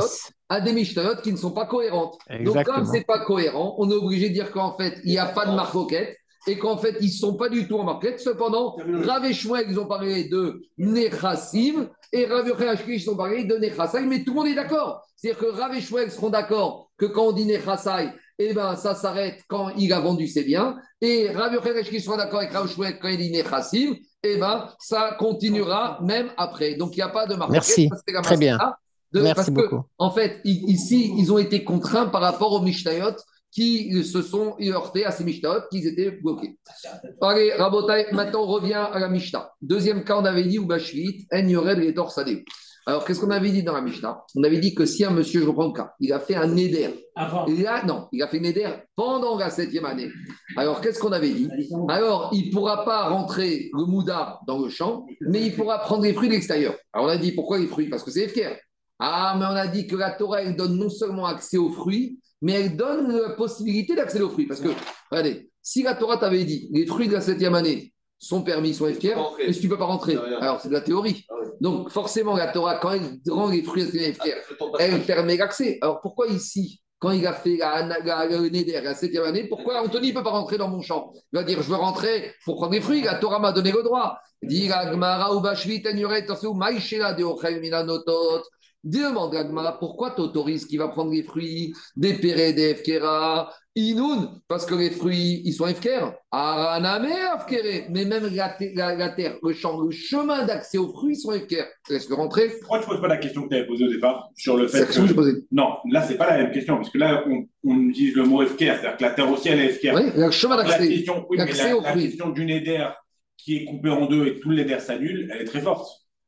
Mishnayot qui ne sont pas cohérentes. Exactement. Donc, comme ce n'est pas cohérent, on est obligé de dire qu'en fait, il n'y a pas de marcoquette et qu'en fait, ils ne sont pas du tout en marcoquette. Cependant, Rav et Shmuel, ils ont parlé de Nechassim et Rav Yochanan ils ont parlé de Nechasai, mais tout le monde est d'accord. C'est-à-dire que Rav et Shmuel seront d'accord que quand on dit Nechasai, eh ben, ça s'arrête quand il a vendu ses biens. Et Rav Yochanan qui sera d'accord avec Rav Shmuel quand il dit Nechassim, eh ben, ça continuera même après. Donc, il n'y a pas de marque. Merci. Très bien. De, Merci parce que, beaucoup. en fait, i- ici, ils ont été contraints par rapport aux Mishnayot qui se sont heurtés à ces Mishnayot, qui étaient bloqués. Allez, Rabotai, maintenant on revient à la Mishnah. Deuxième cas, on avait dit, ou Bashvit, En Yored et Torsadeu. Alors, qu'est-ce qu'on avait dit dans la Mishnah? On avait dit que si un monsieur, je reprends le cas, il a fait un Neder. Avant. Là, non, il a fait Neder pendant la septième année. Alors, qu'est-ce qu'on avait dit? Alors, il ne pourra pas rentrer le Mouda dans le champ, mais il pourra prendre les fruits de l'extérieur. Alors, on a dit pourquoi les fruits? Parce que c'est Efker. Ah, mais on a dit que la Torah, elle donne non seulement accès aux fruits, mais elle donne la possibilité d'accéder aux fruits. Parce que, regardez, si la Torah t'avait dit les fruits de la septième année sont permis, sont Efker, mais si tu ne peux pas rentrer, alors c'est de la théorie. Donc, forcément, la Torah, quand elle rend les fruits de la septième année, elle permet l'accès. Alors, pourquoi ici, quand il a fait la, la, la, la Neder, la septième année, pourquoi Anthony ne peut pas rentrer dans mon champ? Il va dire, je veux rentrer pour prendre les fruits, la Torah m'a donné le droit. Dit la Gemara ou Bashvit, Enuret, Torseu, Maïshela, de Ochel, Milanotot. Demande la Gemara, pourquoi tu autorises qu'il va prendre les fruits des Péré, des Efkera, Inoun, parce que les fruits, ils sont Efker. Araname, Efkere. Mais même la, la, la terre, le champ, le chemin d'accès aux fruits sont Efker. Laisse-le rentrer. Pourquoi tu ne poses pas la question que tu avais posée au départ sur le C'est fait la question que j'ai que. posée. Non, là, c'est pas la même question, parce que là, on, on utilise le mot Efker, c'est-à-dire que la terre aussi, elle est Efker. Oui, le chemin La d'accès. question, oui, mais L'accès la, aux la fruits. question du Neder qui est coupé en deux et que tout le Neder s'annule, elle est très forte.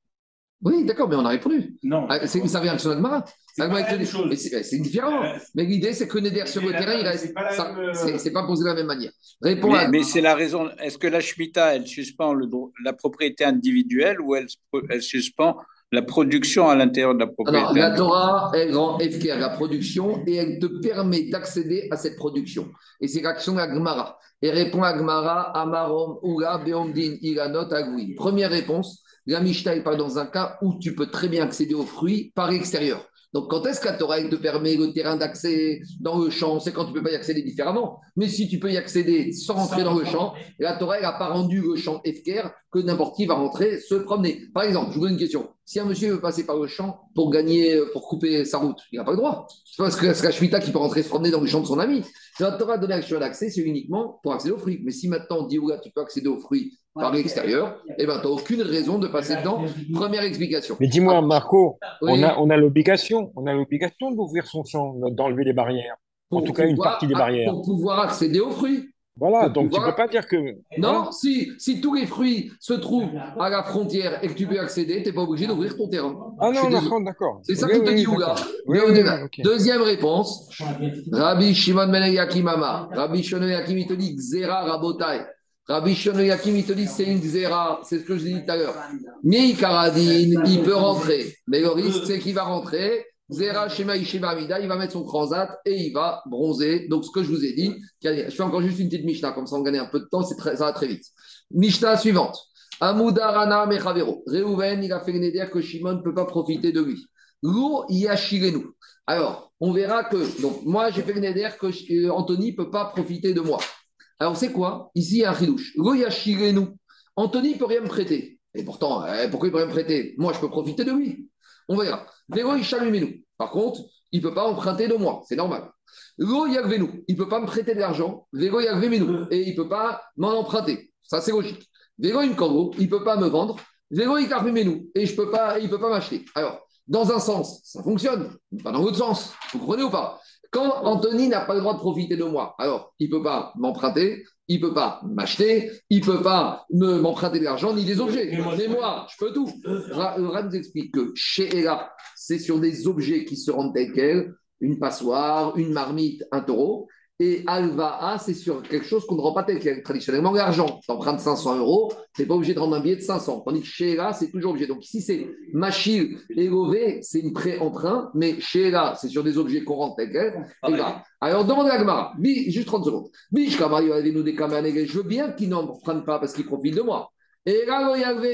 Oui, d'accord, mais on a répondu. Non. Ah, c'est- ça vient de son Agmara. C'est Agmara pas la te même dit- chose. mais C'est c'est différent. Euh, Mais l'idée, c'est que Neder sur le la- terrain, il c'est reste. pas la ça- même, euh, C'est c'est pas posé de la même manière. Réponds à Mais, Agmara. mais c'est la raison. Est-ce que la Shemitah, elle suspend le dro- la propriété individuelle ou elle, elle suspend la production à l'intérieur de la propriété Alors, la individuelle? Torah, elle rend Efker la production et elle te permet d'accéder à cette production. Et c'est l'action de la Gemara. Et répond à Gemara, Amarom, Ura, Beomdin, Iranot, Agoui. Première réponse, la Mishnah, elle parle dans un cas où tu peux très bien accéder aux fruits par l'extérieur. Donc, quand est-ce que la Torah elle te permet le terrain d'accès dans le champ? C'est quand tu ne peux pas y accéder différemment. Mais si tu peux y accéder sans rentrer dans le champ, la Torah n'a pas rendu le champ Efker que n'importe qui va rentrer se promener. Par exemple, je vous pose une question. Si un monsieur veut passer par le champ pour gagner, pour couper sa route, il n'a pas le droit. C'est parce que c'est la Shemitah qui peut rentrer se promener dans le champ de son ami. La Torah a donné l'action d'accès, c'est uniquement pour accéder aux fruits. Mais si maintenant on dit, ouais, tu peux accéder aux fruits par l'extérieur, eh ben, tu n'as aucune raison de passer dedans. Première explication. Mais dis-moi, Marco, Oui. on a, on a l'obligation, on a l'obligation d'ouvrir son champ, d'enlever les barrières. En Pour tout cas, une pouvoir- partie des barrières. Pour pouvoir accéder aux fruits. Voilà, pour donc tu pouvoir- peux pas dire que. Non, Voilà. si, si tous les fruits se trouvent à la frontière et que tu peux accéder, tu n'es pas obligé d'ouvrir ton terrain. Ah Je suis non, désolé. d'accord, d'accord. C'est ça Oui, que te oui, dit d'accord. Ouga. Oui, Deux- oui, deux- oui, ok. Deuxième réponse, Rabbi Shimon Ben Yakim Amar. Rabbi Shimon Ben Yakim, il te dit Xera Rabotai. Rabbi Shimon Ben Yakim, il te dit c'est une Xera. C'est ce que je dis tout à l'heure. Mi Karadine, il peut rentrer. Mais le risque, c'est qu'il va rentrer. Xera Shema Ishima Amida, il va mettre son transat et il va bronzer. Donc, ce que je vous ai dit, je fais encore juste une petite Mishnah, comme ça on gagne un peu de temps, c'est très, ça va très vite. Mishnah suivante. Amouda Rana Mechavero. Réhouven, il a fait une idée que Shimon ne peut pas profiter de lui. Lo Yashirenu. Alors, on verra que. Donc, moi, j'ai fait une idée que euh, Anthony ne peut pas profiter de moi. Alors, c'est quoi? Ici, il y a un chidouche. Lo Yashirenu. Anthony ne peut rien me prêter. Et pourtant, euh, pourquoi il peut rien me prêter? Moi, je peux profiter de lui. On verra. Véro Ishalumenu. Par contre, il ne peut pas emprunter de moi. C'est normal. Lo Yagvenu. Il ne peut pas me prêter de l'argent. Véro Yagvenu. Et il ne peut pas m'en emprunter. Ça, c'est logique. Véro Inkango. Il ne peut pas me vendre. Véro Ikarvemenu. Et je peux pas, il ne peut pas m'acheter. Alors, dans un sens, ça fonctionne, pas dans l'autre sens. Vous comprenez ou pas? Quand Anthony n'a pas le droit de profiter de moi, alors il ne peut pas m'emprunter, il ne peut pas m'acheter, il ne peut pas me- m'emprunter de l'argent ni des objets. Mais moi, je peux tout. Ra, Ra nous explique que chez Ella, c'est sur des objets qui se rendent tels quels, une passoire, une marmite, un taureau. Et Alva'a, c'est sur quelque chose qu'on ne rend pas tel quel. Traditionnellement, l'argent. Tu empruntes cinq cents euros, tu n'es pas obligé de rendre un billet de cinq cents. Tandis que chez Ella, c'est toujours obligé. Donc ici, c'est Machil et Lové, c'est une pré-emprunt, mais chez Ella, c'est sur des objets qu'on rend tel quel. Et voilà. Alors, demande à Gmara, juste trente secondes. Biche, Kamayo, nous des Kamanege. Je veux bien qu'ils n'empruntent pas parce qu'ils profitent de moi. Et là,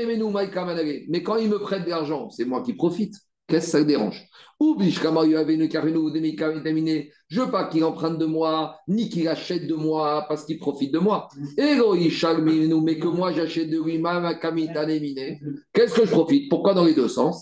mais quand ils me prêtent de l'argent, c'est moi qui profite. Qu'est-ce que ça dérange? Ou biche, Kamayo, Karinu, Demikamitamine. Je veux pas qu'il emprunte de moi, ni qu'il achète de moi parce qu'il profite de moi. Et mais que moi j'achète de lui, ma kamitanemine. Qu'est-ce que je profite? Pourquoi dans les deux sens?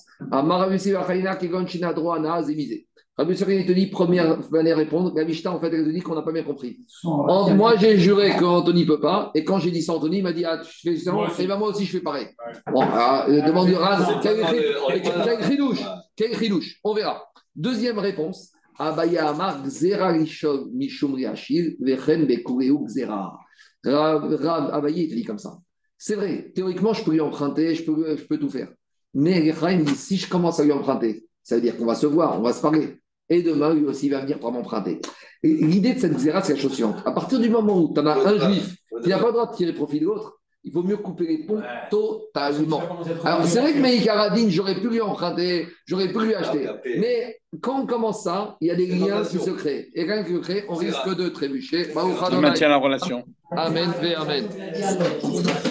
Rabbi Sorin te dit, première manière de répondre, la Mishnah, en fait, elle te dit qu'on n'a pas bien compris. En- moi, j'ai juré qu'Anthony ne peut pas, et quand j'ai dit ça, Anthony m'a dit, ah, tu fais ça, Moi aussi. et ben moi aussi, je fais pareil. Bon, alors, euh, demande de Raz, quel est quel est le chidouche? Quel chilouche? On verra. Deuxième réponse. Abaya Amar Gzera Rishon Mishum Riachil Vechen Bekureu Gzera. Rav Rav Abaye, il te dit comme ça. C'est vrai, théoriquement, je peux lui emprunter, je peux, je peux tout faire. Mais les Chaim dit si je commence à lui emprunter, ça veut dire qu'on va se voir, on va se parler. Et demain, lui aussi va venir pour m'emprunter. Et l'idée de cette Gzera, c'est la chose suivante. À partir du moment où tu en as un juif qui n'a pas le droit de tirer profit de l'autre, il vaut mieux couper les ponts totalement. Alors, c'est vrai que Meïk Haradine, j'aurais pu lui emprunter, j'aurais pu lui acheter. Mais quand on commence ça, il y a des liens qui se créent. Et rien qui se crée, on risque de trébucher. On maintient la relation. Amen, ve amen.